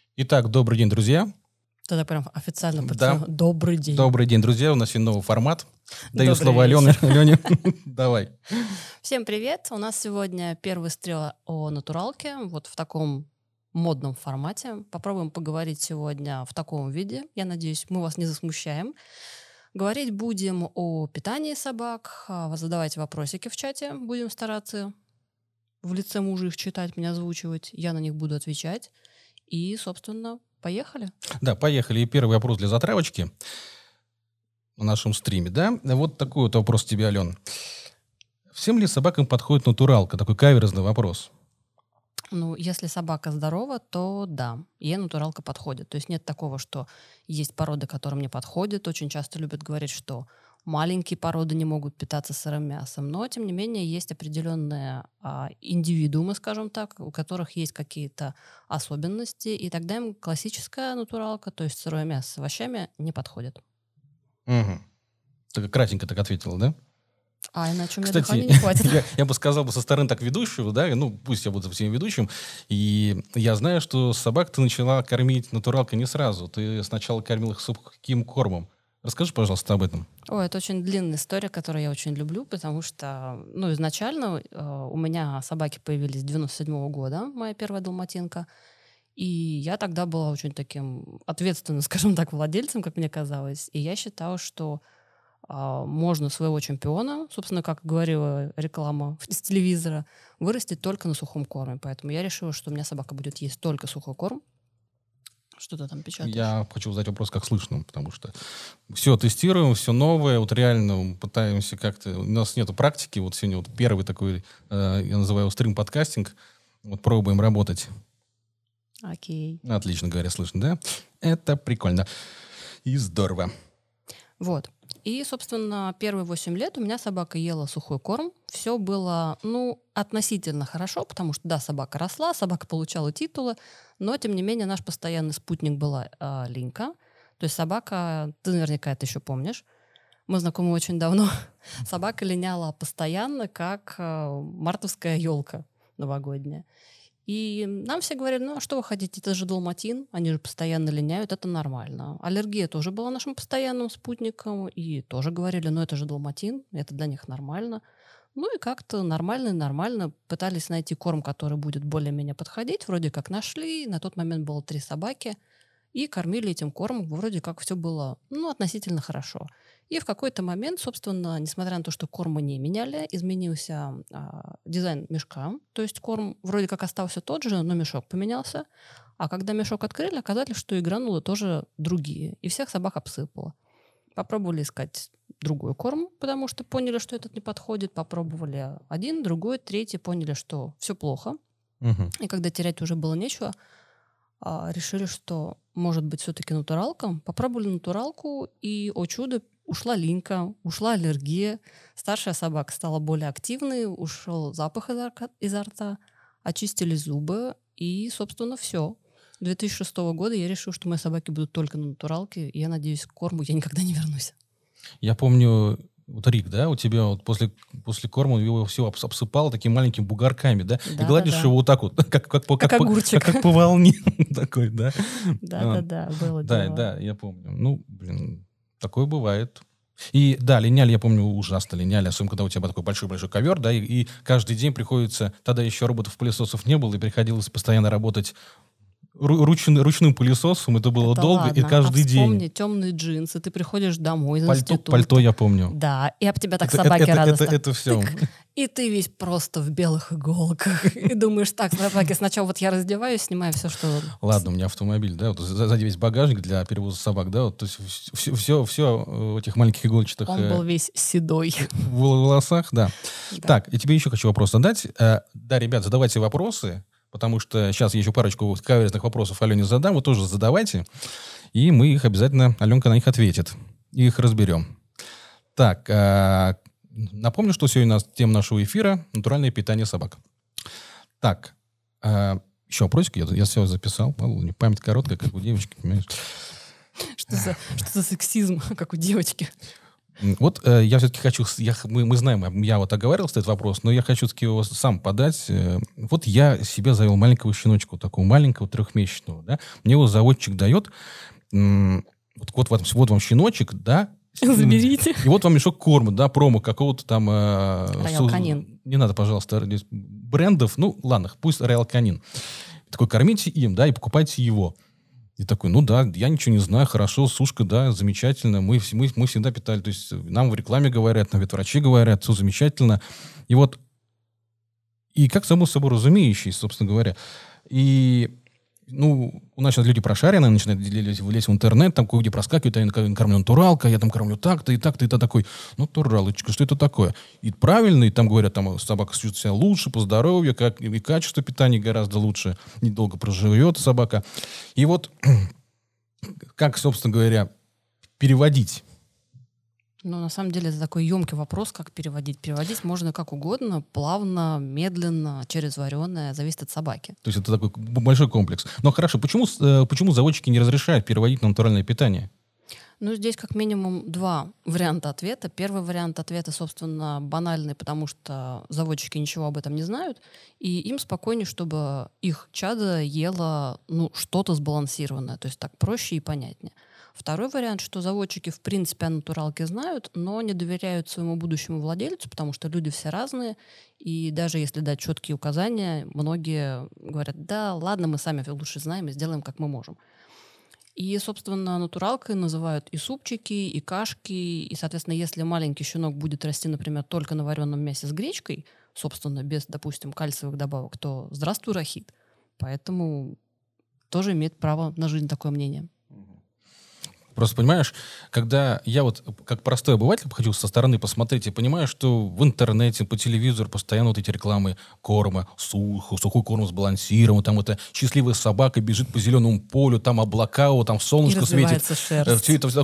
Итак, добрый день, друзья. Тогда прям официально Да. Добрый день. Добрый день, друзья. У нас сегодня новый формат. Даю Добрый слово вечер. Алене. Давай. Всем привет. У нас сегодня первый стрел о натуралке, вот в таком модном формате. Попробуем поговорить сегодня в таком виде. Я надеюсь, мы вас не засмущаем. Говорить будем о питании собак. Вы задавайте вопросики в чате. Будем стараться в лице мужа их читать, меня озвучивать. Я на них буду отвечать. И, собственно, поехали. Да, поехали. И первый вопрос для затравочки на нашем стриме, да? Вот такой вот вопрос тебе, Ален. Всем ли собакам подходит натуралка? Такой каверзный вопрос. Ну, если собака здорова, то да, ей натуралка подходит. То есть нет такого, что есть породы, которым не подходит. Очень часто любят говорить, что маленькие породы не могут питаться сырым мясом. Но, тем не менее, есть определенные индивидуумы, скажем так, у которых есть какие-то особенности, и тогда им классическая натуралка, то есть сырое мясо с овощами, не подходит. Угу. Так кратенько так ответила, да? А иначе у меня Кстати, дыхания не хватит. я бы сказал со стороны так ведущего, да, ну, пусть я буду всем ведущим, и я знаю, что собак ты начала кормить натуралкой не сразу. Ты сначала кормил их сухим кормом. Расскажи, пожалуйста, об этом. Ой, это очень длинная история, которую я очень люблю, потому что, ну, изначально у меня собаки появились с 97 года, моя первая далматинка, и я тогда была очень таким ответственным, скажем так, владельцем, как мне казалось, и я считала, что можно своего чемпиона, собственно, как говорила реклама с телевизора, вырастить только на сухом корме. Поэтому я решила, что у меня собака будет есть только сухой корм. Что ты там печатаешь? Я хочу задать вопрос, как слышно, потому что все тестируем, все новое, вот реально пытаемся как-то... У нас нету практики, вот сегодня вот первый такой, я называю его стрим-подкастинг, вот пробуем работать. Окей. Отлично, говоря, слышно, да? Это прикольно и здорово. Вот. И, собственно, первые 8 лет у меня собака ела сухой корм. Все было, ну, относительно хорошо, потому что, да, собака росла, собака получала титулы, но, тем не менее, наш постоянный спутник была Линька. То есть собака, ты наверняка это еще помнишь, мы знакомы очень давно. Собака линяла постоянно, как мартовская елка новогодняя. И нам все говорили, ну, а что вы хотите, это же далматин, они же постоянно линяют, это нормально. Аллергия тоже была нашим постоянным спутником, и тоже говорили, ну, это же далматин, это для них нормально. Ну, и как-то нормально пытались найти корм, который будет более-менее подходить, вроде как нашли, на тот момент было 3 собаки, и кормили этим кормом, вроде как все было, ну, относительно хорошо. И в какой-то момент, собственно, несмотря на то, что корм мы не меняли, изменился дизайн мешка. То есть корм вроде как остался тот же, но мешок поменялся. А когда мешок открыли, оказалось, что и гранулы тоже другие. И всех собак обсыпало. Попробовали искать другой корм, потому что поняли, что этот не подходит. Попробовали один, другой, третий, поняли, что все плохо. Угу. И когда терять уже было нечего, решили, что может быть все-таки натуралка. Попробовали натуралку, и, о чудо, ушла линька, ушла аллергия. Старшая собака стала более активной, ушел запах изо рта, очистили зубы, и, собственно, все. 2006 года я решила, что мои собаки будут только на натуралке, и я надеюсь, к корму я никогда не вернусь. Я помню, вот Рик, да, у тебя вот после корма его все обсыпало такими маленькими бугорками, да? Да, и гладишь его вот так вот, как огурчик. как по волне такой, да? Да, было дело. Да, я помню. Ну, блин, такое бывает. И да, линяли, я помню, ужасно линяли, особенно когда у тебя такой большой-большой ковер, да, и каждый день приходится, тогда еще роботов-пылесосов не было, и приходилось постоянно работать ручным пылесосом, это было Это долго, ладно. и каждый вспомни день. темные джинсы, ты приходишь домой из института. Пальто я помню. Да, и об тебя так собаки радостно. Это все. И ты весь просто в белых иголках. И думаешь, так, собаки, сначала вот я раздеваюсь, снимаю все, что... Ладно, у меня автомобиль, да, вот сзади весь багажник для перевоза собак, да, вот, то есть все в этих маленьких иголочках... Он был весь седой. В волосах, да. Да. Так, я тебе еще хочу вопрос задать. Да, ребят, задавайте вопросы, потому что сейчас я еще парочку каверзных вопросов Алене задам, вы тоже задавайте, и мы их обязательно, Аленка на них ответит, и их разберем. Так, напомню, что сегодня у нас тема нашего эфира — натуральное питание собак. Так, еще вопросик, я все записал, память короткая, как у девочки, понимаешь? Что за сексизм, как у девочки? Вот я все-таки хочу... Мы знаем, я вот оговаривался этот вопрос, но я хочу все-таки его сам подать. Вот я себе завел маленького щеночка, вот такого маленького 3-месячного, да. Мне его заводчик дает. Вот вам щеночек, да. Заберите. И вот вам мешок корма, да, промо какого-то там... Роял Канин. Не надо, пожалуйста, брендов. Ну, ладно, пусть Роял Канин. Такой, кормите им, да, и покупайте его. И такой, ну да, я ничего не знаю, хорошо, сушка, да, замечательно. Мы всегда питали, то есть нам в рекламе говорят, нам ветврачи говорят, все замечательно. И вот, и как само собой разумеющий, собственно говоря. И, ну, у нас сейчас люди прошаренные, начинают лезть в интернет, там кое-где проскакивают, я кормлю натуралка, я там кормлю так-то, и так-то, и то такой, натуралочка, что это такое? И правильно, и там говорят, там собака чувствует себя лучше, по здоровью, и качество питания гораздо лучше, недолго проживет собака. И вот, как, собственно говоря, переводить? Ну, на самом деле, это такой емкий вопрос, как переводить. Переводить можно как угодно, плавно, медленно, через вареное, зависит от собаки. То есть это такой большой комплекс. Но хорошо, почему заводчики не разрешают переводить на натуральное питание? Ну, здесь как минимум 2 варианта ответа. Первый вариант ответа, собственно, банальный, потому что заводчики ничего об этом не знают, и им спокойнее, чтобы их чадо ело, ну, что-то сбалансированное, то есть так проще и понятнее. Второй вариант, что заводчики в принципе о натуралке знают, но не доверяют своему будущему владельцу, потому что люди все разные, и даже если дать четкие указания, многие говорят, да, ладно, мы сами лучше знаем и сделаем, как мы можем. И, собственно, натуралкой называют и супчики, и кашки, и, соответственно, если маленький щенок будет расти, например, только на вареном мясе с гречкой, собственно, без, допустим, кальциевых добавок, то здравствуй, рахит. Поэтому тоже имеет право на жизнь такое мнение. Просто понимаешь, когда я вот как простой обыватель хочу со стороны посмотреть и понимаю, что в интернете, по телевизору постоянно вот эти рекламы корма, сухой корм сбалансирован, там эта счастливая собака бежит по зеленому полю, там облака, вот, там солнышко светит. Шерсть. Все это в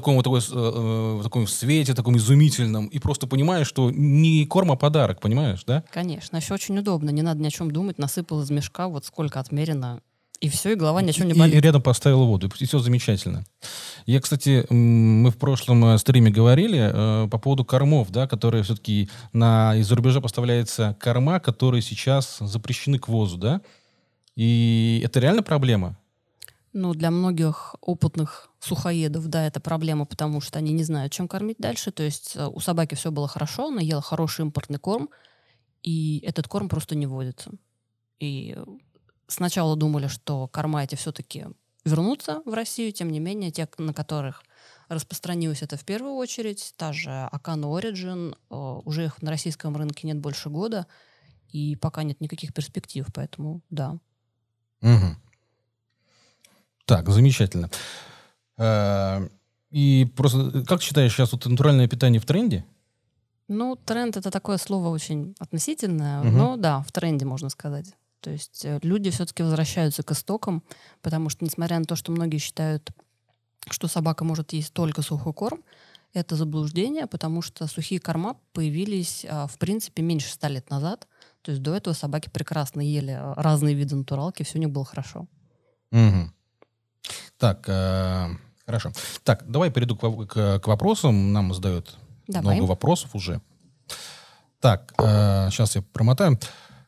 таком свете, таком изумительном. И просто понимаешь, что не корм, а подарок, понимаешь, да? Конечно, еще очень удобно, не надо ни о чем думать, насыпал из мешка, вот сколько отмерено. И все, и голова ни о чем не болит. И рядом поставил воду, и все замечательно. Я, кстати, мы в прошлом стриме говорили по поводу кормов, да, которые все-таки из-за рубежа поставляются корма, которые сейчас запрещены к ввозу, да? И это реально проблема? Ну, для многих опытных сухоедов, да, это проблема, потому что они не знают, чем кормить дальше. То есть у собаки все было хорошо, она ела хороший импортный корм, и этот корм просто не вводится. И сначала думали, что корма эти все-таки вернутся в Россию, тем не менее, те, на которых распространилось это в первую очередь, та же Акана Origin, уже их на российском рынке нет больше года, и пока нет никаких перспектив, поэтому да. Угу. Так, замечательно. И просто, как считаешь, сейчас вот натуральное питание в тренде? Ну, тренд — это такое слово очень относительное, но да, в тренде, можно сказать. То есть люди все-таки возвращаются к истокам, потому что, несмотря на то, что многие считают, что собака может есть только сухой корм, это заблуждение, потому что сухие корма появились, в принципе, меньше 100 лет назад. То есть до этого собаки прекрасно ели разные виды натуралки, все у них было хорошо. Угу. Так, хорошо. Так, давай перейду к вопросам. Нам задают много вопросов уже. Так, сейчас я промотаю.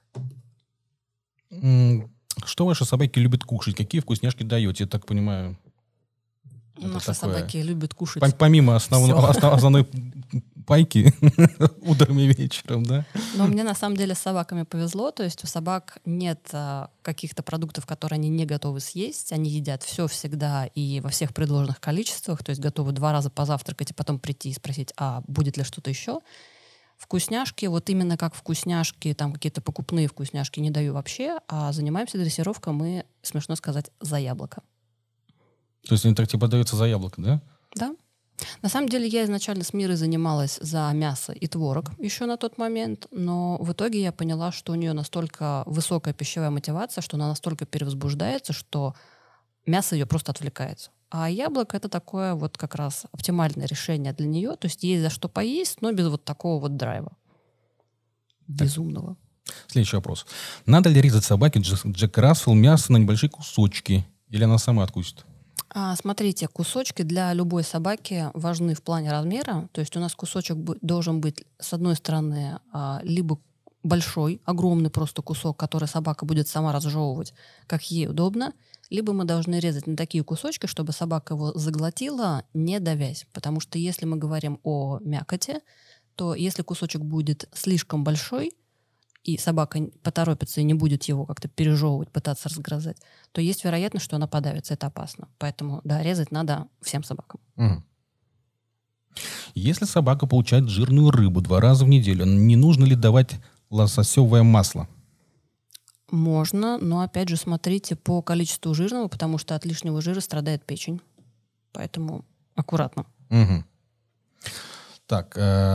Что ваши собаки любят кушать? Какие вкусняшки даете? Я так понимаю... Наши собаки любят кушать. Помимо основной пайки утром и вечером, да? Но мне на самом деле с собаками повезло. То есть у собак нет каких-то продуктов, которые они не готовы съесть. Они едят все всегда и во всех предложенных количествах. То есть готовы 2 раза позавтракать и потом прийти и спросить, а будет ли что-то еще. Вкусняшки, вот именно как вкусняшки, там какие-то покупные вкусняшки не даю вообще, а занимаемся дрессировкой мы, смешно сказать, за яблоко. То есть они так типа даются за яблоко, да? Да. На самом деле я изначально с Мирой занималась за мясо и творог еще на тот момент, но в итоге я поняла, что у нее настолько высокая пищевая мотивация, что она настолько перевозбуждается, что мясо ее просто отвлекает. А яблоко — это такое вот как раз оптимальное решение для нее. То есть есть за что поесть, но без вот такого вот драйва. Безумного. Следующий вопрос. Надо ли резать собаке Джек Рассел мясо на небольшие кусочки? Или она сама откусит? Смотрите, кусочки для любой собаки важны в плане размера. То есть у нас кусочек должен быть, с одной стороны, либо большой, огромный просто кусок, который собака будет сама разжевывать, как ей удобно, либо мы должны резать на такие кусочки, чтобы собака его заглотила, не давясь. Потому что если мы говорим о мякоти, то если кусочек будет слишком большой, и собака поторопится и не будет его как-то пережевывать, пытаться разгрызать, то есть вероятность, что она подавится. Это опасно. Поэтому, да, резать надо всем собакам. Угу. Если собака получает жирную рыбу 2 раза в неделю, не нужно ли давать лососевое масло? Можно, но опять же смотрите по количеству жирного, потому что от лишнего жира страдает печень. Поэтому аккуратно. Угу. Так,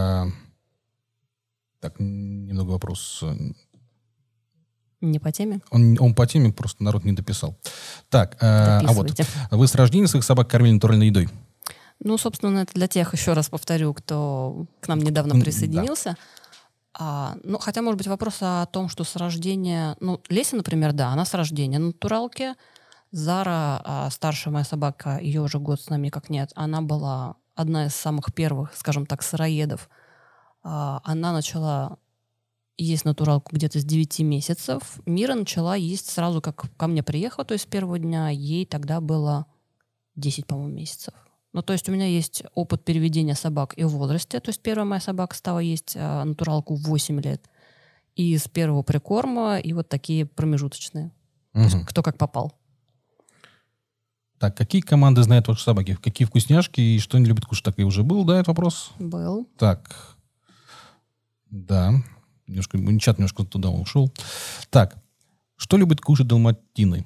немного вопрос. Не по теме? Он по теме, просто народ не дописал. Так, вы с рождения своих собак кормили натуральной едой? Ну, собственно, это для тех, еще раз повторю, кто к нам недавно присоединился. Да. Хотя, может быть, вопрос о том, что с рождения... Леся, например, да, она с рождения на натуралке. Зара, старшая моя собака, ее уже год с нами как нет, она была одна из самых первых, скажем так, сыроедов. Она начала есть натуралку где-то с 9 месяцев. Мира начала есть сразу, как ко мне приехала, то есть с первого дня. Ей тогда было 10, по-моему, месяцев. То есть у меня есть опыт переведения собак и в возрасте. То есть первая моя собака стала есть натуралку в 8 лет. И с первого прикорма, и вот такие промежуточные. То есть кто как попал. Так, какие команды знают ваши собаки? Какие вкусняшки и что они любят кушать? Так, и уже был, да, этот вопрос? Был. Так, да. Чат немножко туда ушел. Так, что любят кушать далматины?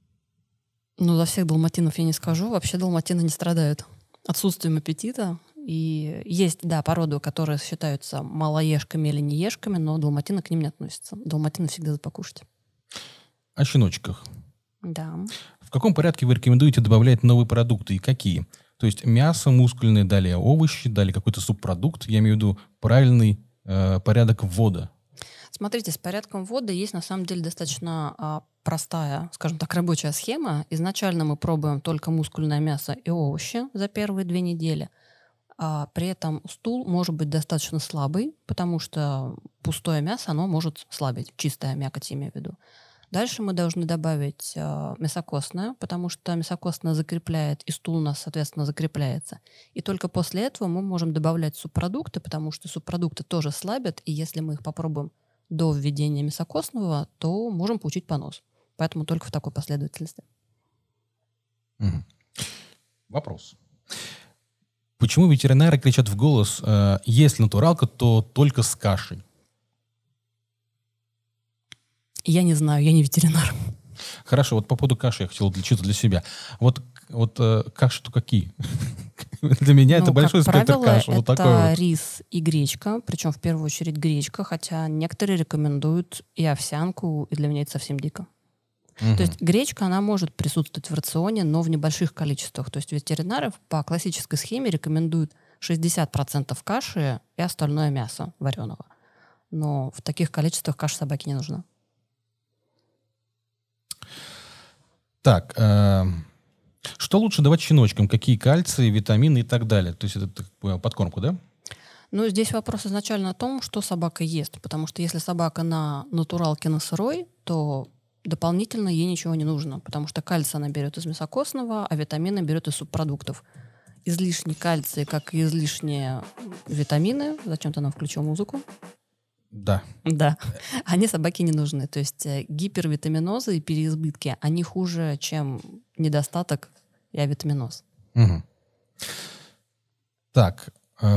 За всех далматинов я не скажу. Вообще далматины не страдают отсутствием аппетита. И есть, да, породы, которые считаются малоежками или неежками, но далматины к ним не относятся. Далматины всегда за покушать. О щеночках. Да. В каком порядке вы рекомендуете добавлять новые продукты и какие? То есть мясо мускульное, далее овощи, далее какой-то субпродукт. Я имею в виду правильный порядок ввода. Смотрите, с порядком ввода есть на самом деле достаточно простая, скажем так, рабочая схема. Изначально мы пробуем только мускульное мясо и овощи за первые 2 недели. При этом стул может быть достаточно слабый, потому что пустое мясо, оно может слабить, чистая мякоть, имею в виду. Дальше мы должны добавить мясокостное, потому что мясокостное закрепляет, и стул у нас, соответственно, закрепляется. И только после этого мы можем добавлять субпродукты, потому что субпродукты тоже слабят, и если мы их попробуем до введения мясокостного, то можем получить понос. Поэтому только в такой последовательности. Вопрос. Почему ветеринары кричат в голос, если натуралка, то только с кашей? Я не знаю, я не ветеринар. Хорошо, вот по поводу каши я хотел чисто для себя. Вот каши-то какие? Для меня это большой спектр каш. Это рис и гречка, причем в первую очередь гречка, хотя некоторые рекомендуют и овсянку, и для меня это совсем дико. То есть гречка, она может присутствовать в рационе, но в небольших количествах. То есть ветеринары по классической схеме рекомендуют 60% каши и остальное мясо вареного. Но в таких количествах каша собаке не нужна. Так, что лучше давать щеночкам? Какие кальции, витамины и так далее? То есть это подкормку, да? Здесь вопрос изначально о том, что собака ест. Потому что если собака на натуралке, на сырой, то дополнительно ей ничего не нужно. Потому что кальций она берет из мясокостного, а витамины берет из субпродуктов. Излишний кальций, как и излишние витамины. Зачем-то нам включил музыку. Да. Да. Они собаке не нужны. То есть гипервитаминозы и переизбытки, они хуже, чем недостаток и авитаминоз. Угу. Так,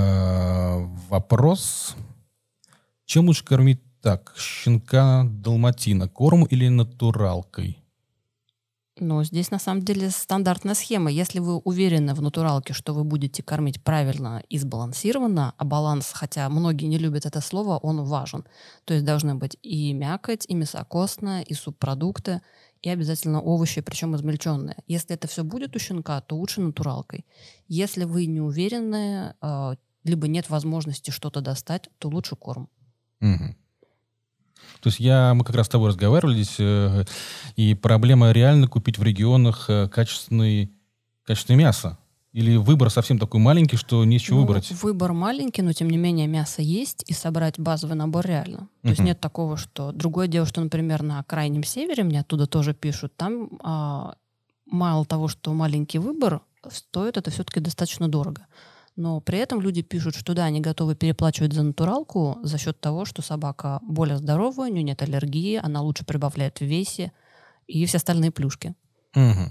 вопрос. Чем лучше кормить щенка далматина? Корм или натуралкой? Здесь на самом деле стандартная схема. Если вы уверены в натуралке, что вы будете кормить правильно и сбалансированно, а баланс, хотя многие не любят это слово, он важен. То есть должны быть и мякоть, и мясокостное, и субпродукты, и обязательно овощи, причем измельченные. Если это все будет у щенка, то лучше натуралкой. Если вы не уверены, либо нет возможности что-то достать, то лучше корм. Угу. То есть мы как раз с тобой разговаривали здесь, и проблема реально купить в регионах качественный качестве мяса? Или выбор совсем такой маленький, что не с чего выбрать? Выбор маленький, но тем не менее мясо есть, и собрать базовый набор реально. То есть нет такого, что... Другое дело, что, например, на Крайнем Севере, мне оттуда тоже пишут, там мало того, что маленький выбор, стоит это все-таки достаточно дорого. Но при этом люди пишут, что да, они готовы переплачивать за натуралку за счет того, что собака более здоровая, у нее нет аллергии, она лучше прибавляет в весе и все остальные плюшки. Угу.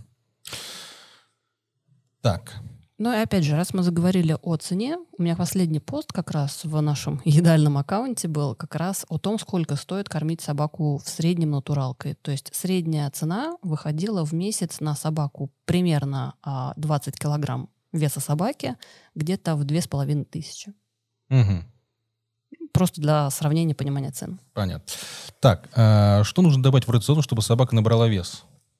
Так. Ну и опять же, раз мы заговорили о цене, у меня последний пост как раз в нашем едальном аккаунте был как раз о том, сколько стоит кормить собаку в среднем натуралкой. То есть средняя цена выходила в месяц на собаку примерно 20 килограмм веса собаки, где-то в 2500. Угу. Просто для сравнения, понимания цен. Понятно. Так, что нужно добавить в рацион, чтобы собака набрала вес?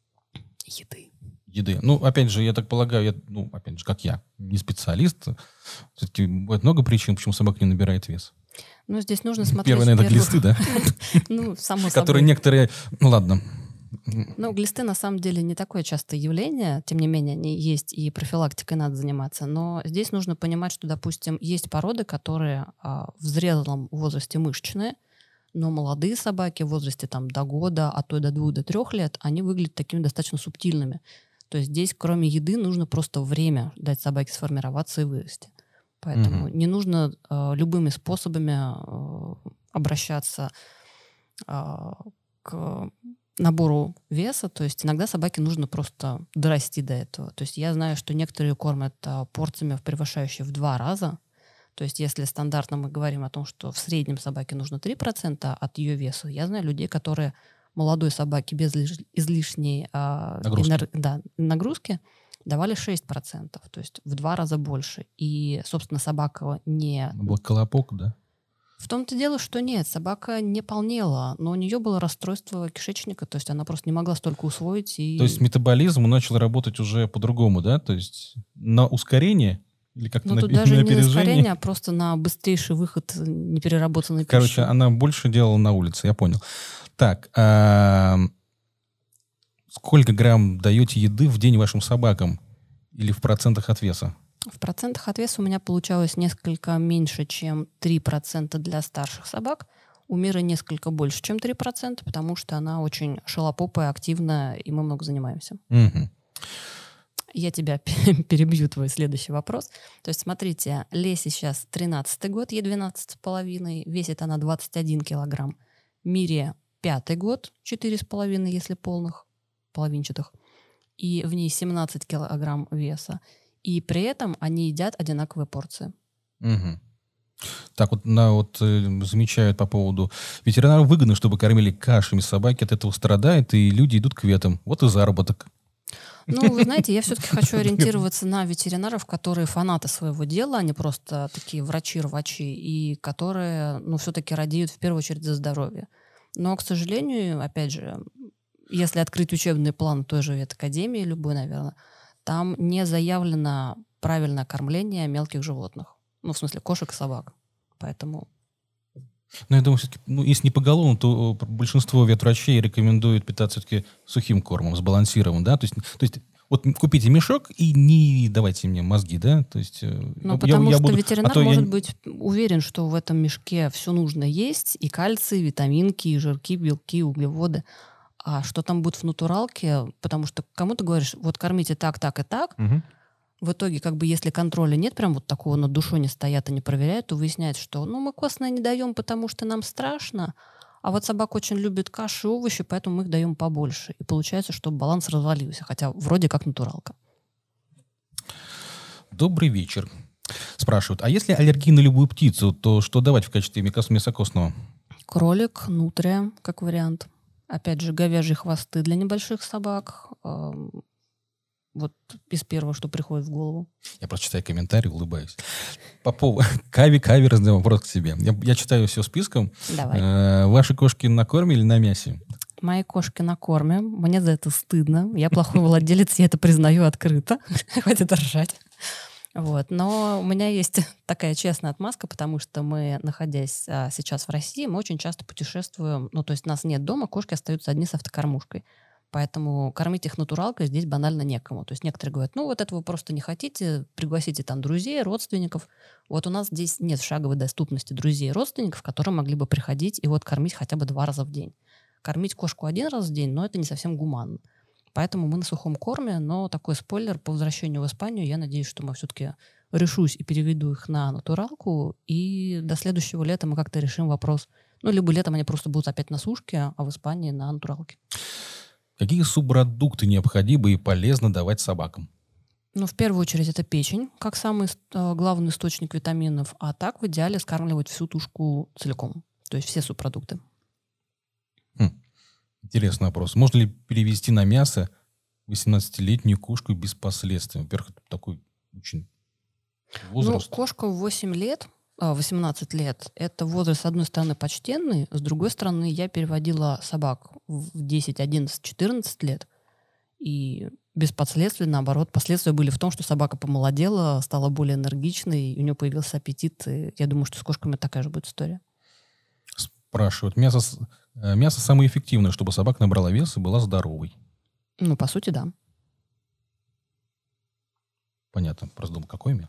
Еды. Ну, опять же, я так полагаю, опять же, как я, не специалист, все-таки бывает много причин, почему собака не набирает вес. Ну, здесь нужно смотреть... Первый, наверное, глисты, да? Ну, само собой. Которые некоторые... Ну, ладно. Ну, глисты на самом деле не такое частое явление, тем не менее они есть, и профилактикой надо заниматься. Но здесь нужно понимать, что, допустим, есть породы, которые в зрелом возрасте мышечные, но молодые собаки в возрасте там, до года, а то и до 2-3 лет, они выглядят такими достаточно субтильными. То есть здесь, кроме еды, нужно просто время дать собаке сформироваться и вырасти. Поэтому не нужно любыми способами обращаться к набору веса. То есть иногда собаке нужно просто дорасти до этого. То есть я знаю, что некоторые кормят порциями, превышающими в 2 раза. То есть если стандартно мы говорим о том, что в среднем собаке нужно 3% от ее веса, я знаю людей, которые молодой собаке без излишней нагрузки давали 6%, то есть в 2 раза больше. И, собственно, собака не... Был колобок, да? В том-то дело, что нет, собака не полнела, но у нее было расстройство кишечника, то есть она просто не могла столько усвоить. То есть метаболизм начал работать уже по-другому, да? То есть на ускорение? Или как-то тут даже не ускорение, а просто на быстрейший выход непереработанной пищи. Короче, она больше делала на улице, я понял. Так, сколько грамм даете еды в день вашим собакам? Или в процентах от веса? В процентах от веса у меня получалось несколько меньше, чем 3% для старших собак. У Миры несколько больше, чем 3%, потому что она очень шалопопая, активная, и мы много занимаемся. Угу. Я тебя перебью, твой следующий вопрос. То есть, смотрите, Лесе сейчас 13-й год, ей 12,5, весит она 21 килограмм. Мире 5-й год, 4,5, если полных, половинчатых. И в ней 17 килограмм веса. И при этом они едят одинаковые порции. Угу. Так вот, замечают по поводу... Ветеринарам выгодно, чтобы кормили кашами собаки, от этого страдают, и люди идут к ветам. Вот и заработок. Ну, вы знаете, я все-таки хочу ориентироваться на ветеринаров, которые фанаты своего дела, они просто такие врачи-рвачи, и которые, все-таки радеют в первую очередь за здоровье. Но, к сожалению, опять же, если открыть учебный план той же ветакадемии, любой, наверное, там не заявлено правильное кормление мелких животных. В смысле, кошек и собак. Поэтому... Но я думаю, все-таки, если не поголовно, то большинство ветврачей рекомендуют питаться все-таки сухим кормом, сбалансированным, да? То есть вот купите мешок и не давайте мне мозги, да? То есть, потому что ветеринар может быть уверен, что в этом мешке все нужно есть, и кальций, и витаминки, и жирки, белки, углеводы. А что там будет в натуралке? Потому что кому-то говоришь, вот кормите так, так и так. Угу. В итоге, если контроля нет, прям вот такого над душой не стоят и не проверяют, то выясняется, что мы костное не даем, потому что нам страшно, а вот собака очень любит каши и овощи, поэтому мы их даем побольше. И получается, что баланс развалился, хотя вроде как натуралка. Добрый вечер. Спрашивают, а если аллергия на любую птицу, то что давать в качестве мясокостного? Кролик, нутрия, как вариант. Опять же, говяжьи хвосты для небольших собак. Вот из первого, что приходит в голову. Я просто читаю комментарии, улыбаюсь. По поводу каверзный вопрос к себе. Я читаю все списком. Давай. Ваши кошки на корме или на мясе? Мои кошки на корме. Мне за это стыдно. Я плохой владелец, я это признаю открыто. Хватит ржать. Вот. Но у меня есть такая честная отмазка, потому что мы, находясь сейчас в России, мы очень часто путешествуем. То есть нас нет дома, кошки остаются одни с автокормушкой. Поэтому кормить их натуралкой здесь банально некому. То есть некоторые говорят, ну вот этого вы просто не хотите, пригласите там друзей, родственников. Вот у нас здесь нет в шаговой доступности друзей и родственников, которые могли бы приходить и вот кормить хотя бы 2 раза в день. Кормить кошку 1 раз в день, но это не совсем гуманно. Поэтому мы на сухом корме, но такой спойлер, по возвращению в Испанию я надеюсь, что мы все-таки решусь и переведу их на натуралку, и до следующего лета мы как-то решим вопрос. Ну, либо летом они просто будут опять на сушке, а в Испании на натуралке. Какие субпродукты необходимо и полезно давать собакам? Ну, в первую очередь, это печень, как самый главный источник витаминов, а так в идеале скармливать всю тушку целиком, то есть все субпродукты. Интересный вопрос. Можно ли перевести на мясо 18-летнюю кошку без последствий? Во-первых, это такой очень возраст. Ну, кошка в 18 лет, это возраст, с одной стороны, почтенный, с другой стороны, я переводила собак в 10, 11, 14 лет, и без последствий, наоборот. Последствия были в том, что собака помолодела, стала более энергичной, у нее появился аппетит, и я думаю, что с кошками такая же будет история. Спрашивают, мясо самое эффективное, чтобы собака набрала вес и была здоровой. Ну, по сути, да. Понятно. Просто думал, какое мясо?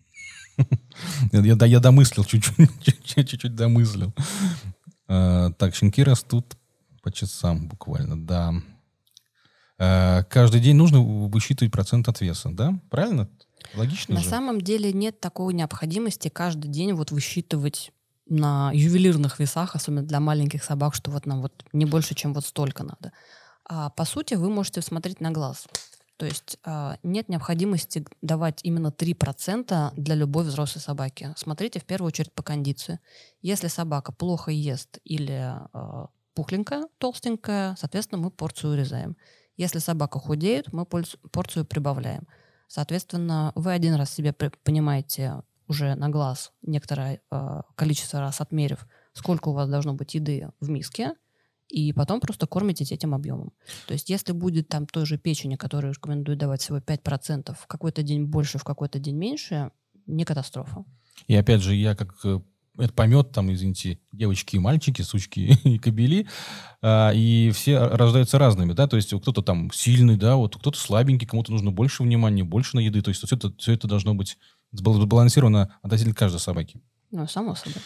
Я домыслил чуть-чуть домыслил. Так, щенки растут по часам буквально, да. Каждый день нужно высчитывать процент от веса, да? Правильно? Логично На же? самом деле нет такой необходимости каждый день вот высчитывать на ювелирных весах, особенно для маленьких собак, что вот нам вот не больше, чем вот столько надо. А по сути, вы можете смотреть на глаз. То есть нет необходимости давать именно 3% для любой взрослой собаки. Смотрите в первую очередь по кондиции. Если собака плохо ест или пухленькая, толстенькая, соответственно, мы порцию урезаем. Если собака худеет, мы порцию прибавляем. Соответственно, вы один раз себе понимаете уже на глаз некоторое количество раз отмерив, сколько у вас должно быть еды в миске, и потом просто кормитесь этим объемом. То есть если будет там той же печени, которую рекомендую давать всего 5%, в какой-то день больше, в какой-то день меньше, не катастрофа. И опять же, я как это помет, там, извините, девочки и мальчики, сучки и кобели, и все рождаются разными, да, то есть кто-то там сильный, да, вот кто-то слабенький, кому-то нужно больше внимания, больше на еды, то есть все это должно быть сбалансировано относительно каждой собаки. Ну, само собой.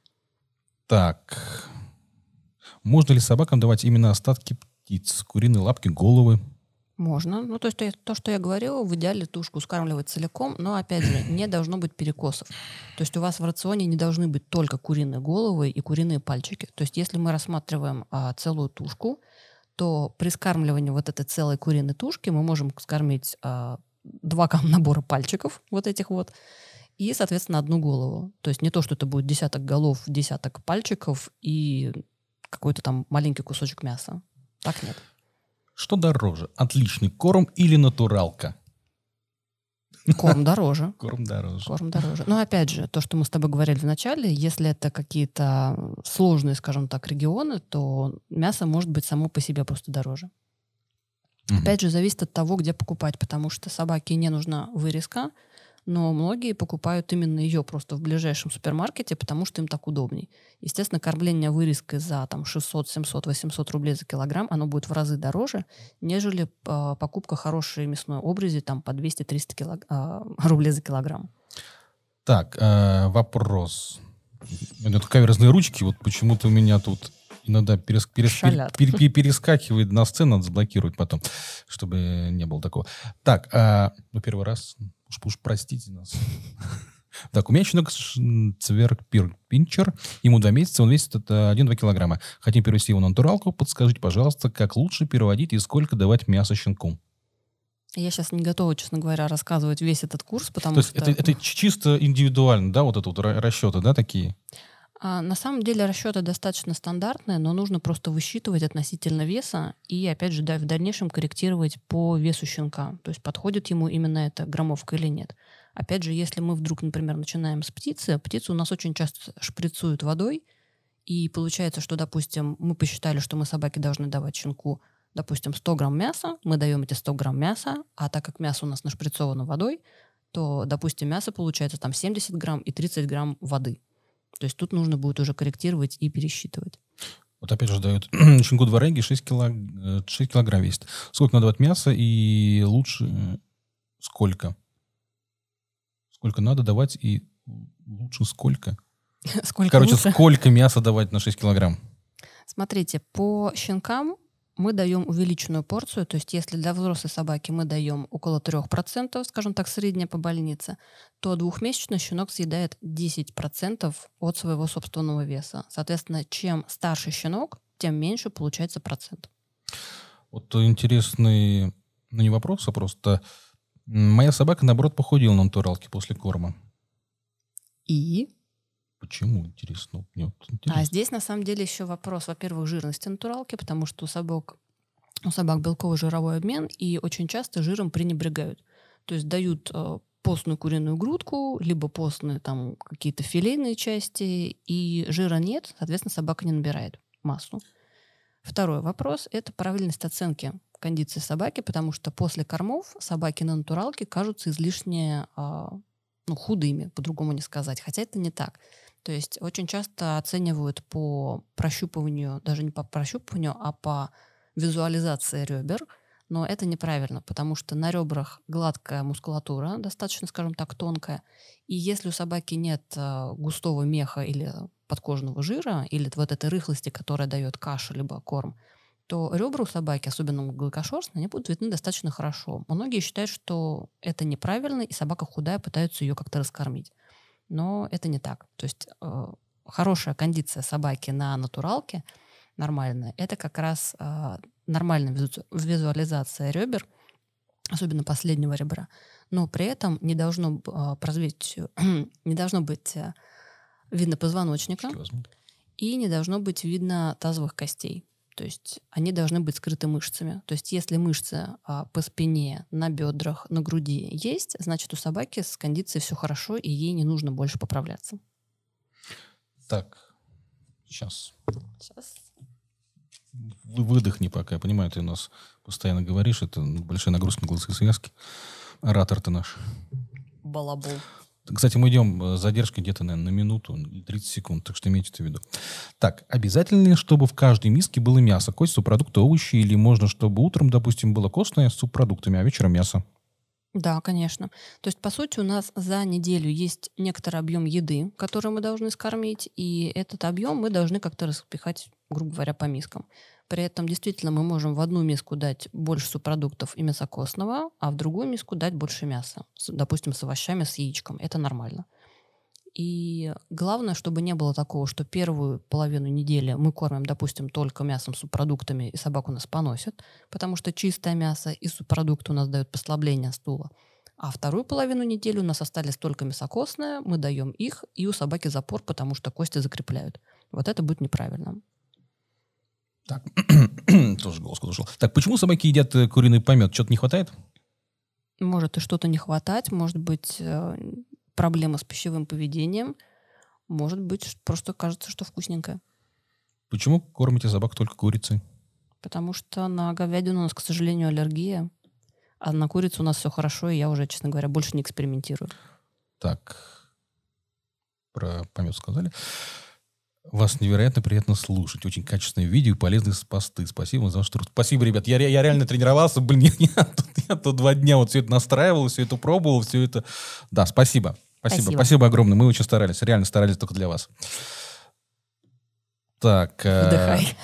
Так, можно ли собакам давать именно остатки птиц, куриные лапки, головы? Можно. Ну, то есть то, что я говорила, в идеале тушку скармливать целиком, но, опять же, не должно быть перекосов. То есть у вас в рационе не должны быть только куриные головы и куриные пальчики. То есть если мы рассматриваем целую тушку, то при скармливании вот этой целой куриной тушки мы можем скормить 2 набора пальчиков, вот этих вот, и, соответственно, 1 голову. То есть не то, что это будет десяток голов, десяток пальчиков и какой-то там маленький кусочек мяса. Так нет. Что дороже, отличный корм или натуралка? Корм дороже. Корм дороже. Корм дороже. Но опять же, то, что мы с тобой говорили в начале, если это какие-то сложные, скажем так, регионы, то мясо может быть само по себе просто дороже. Опять же, зависит от того, где покупать, потому что собаке не нужна вырезка, но многие покупают именно ее просто в ближайшем супермаркете, потому что им так удобней. Естественно, кормление вырезкой за там, 600, 700, 800 рублей за килограмм, оно будет в разы дороже, нежели покупка хорошей мясной обрези там, по 200-300 рублей за килограмм. Так, вопрос. Это каверзные ручки, вот почему-то у меня тут иногда перескакивает на сцену, надо заблокировать потом, чтобы не было такого. Так, первый раз, уж простите нас. Так, у меня щенок цверк-пинчер, ему 2 месяца, он весит 1-2 килограмма. Хотим перевести его на натуралку, подскажите, пожалуйста, как лучше переводить и сколько давать мясо щенку? Я сейчас не готова, честно говоря, рассказывать весь этот курс, потому То есть что... это чисто индивидуально, да, вот это вот расчеты, да, такие? На самом деле расчеты достаточно стандартные, но нужно просто высчитывать относительно веса и, опять же, в дальнейшем корректировать по весу щенка. То есть подходит ему именно эта граммовка или нет. Опять же, если мы вдруг, например, начинаем с птицы, птицу у нас очень часто шприцуют водой, и получается, что, допустим, мы посчитали, что мы собаке должны давать щенку, допустим, 100 грамм мяса, мы даем эти 100 грамм мяса, а так как мясо у нас нашприцовано водой, то, допустим, мясо получается там 70 грамм и 30 грамм воды. То есть тут нужно будет уже корректировать и пересчитывать. Вот опять же дают щенку дворяги 6 килограмм весит. Сколько надо давать мяса и лучше сколько? Сколько надо давать и лучше сколько? Сколько лучше? Сколько мяса давать на 6 килограмм? Смотрите, по щенкам мы даем увеличенную порцию, то есть если для взрослой собаки мы даем около 3%, скажем так, средняя по больнице, то двухмесячный щенок съедает 10% от своего собственного веса. Соответственно, чем старше щенок, тем меньше получается процент. Вот интересный, ну не вопрос, а просто моя собака, наоборот, похудела на натуралке после корма. И? Почему, интересно? Мне вот интересно. А здесь на самом деле еще вопрос, во-первых, жирности натуралки, потому что у собак белковый жировой обмен, и очень часто жиром пренебрегают. То есть дают постную куриную грудку, либо постные там какие-то филейные части, и жира нет, соответственно, собака не набирает массу. Второй вопрос – это правильность оценки кондиции собаки, потому что после кормов собаки на натуралке кажутся излишне худыми, по-другому не сказать, хотя это не так. То есть очень часто оценивают по прощупыванию, даже не по прощупыванию, а по визуализации ребер, но это неправильно, потому что на ребрах гладкая мускулатура, достаточно, скажем так, тонкая, и если у собаки нет густого меха или подкожного жира, или вот этой рыхлости, которая дает каша либо корм, то ребра у собаки, особенно гладкошерстные, они будут видны достаточно хорошо. Многие считают, что это неправильно, и собака худая пытаются ее как-то раскормить. Но это не так. То есть хорошая кондиция собаки на натуралке, нормальная, это как раз нормальная визуализация ребер, особенно последнего ребра. Но при этом не должно быть видно позвоночника и не должно быть видно тазовых костей. То есть они должны быть скрыты мышцами. То есть если мышцы по спине, на бедрах, на груди есть, значит у собаки с кондицией все хорошо, и ей не нужно больше поправляться. Так, сейчас. Выдохни пока. Я понимаю, ты у нас постоянно говоришь. Это большая нагрузка на голосовые связки. Оратор ты наш. Балабол. Кстати, мы идем с задержкой где-то, наверное, на минуту, 30 секунд, так что имейте это в виду. Так, обязательно ли, чтобы в каждой миске было мясо, кость, субпродукты, овощи, или можно, чтобы утром, допустим, было костное с субпродуктами, а вечером мясо? Да, конечно. То есть, по сути, у нас за неделю есть некоторый объем еды, который мы должны скормить, и этот объем мы должны как-то распихать, грубо говоря, по мискам. При этом действительно мы можем в одну миску дать больше субпродуктов и мяса костного, а в другую миску дать больше мяса. Допустим, с овощами, с яичком. Это нормально. И главное, чтобы не было такого, что первую половину недели мы кормим, допустим, только мясом, субпродуктами, и собаку нас поносит, потому что чистое мясо и субпродукты у нас дают послабление стула. А вторую половину недели у нас остались только мясокостное, мы даем их, и у собаки запор, потому что кости закрепляют. Вот это будет неправильно. Так, тоже голос куда ушел. Так, почему собаки едят куриный помет? Что-то не хватает? Может и что-то не хватать, может быть проблема с пищевым поведением, может быть просто кажется, что вкусненькое. Почему кормите собак только курицей? Потому что на говядину у нас, к сожалению, аллергия, а на курицу у нас все хорошо, и я уже, честно говоря, больше не экспериментирую. Так, про помет сказали. Вас невероятно приятно слушать. Очень качественное видео и полезные посты. Спасибо за ваш труд. Спасибо, ребят. Я реально тренировался. Блин, я тут 2 дня вот все это настраивал, все это пробовал, все это... Да, спасибо. Спасибо огромное. Мы очень старались. Реально старались только для вас. Так. Вдыхай.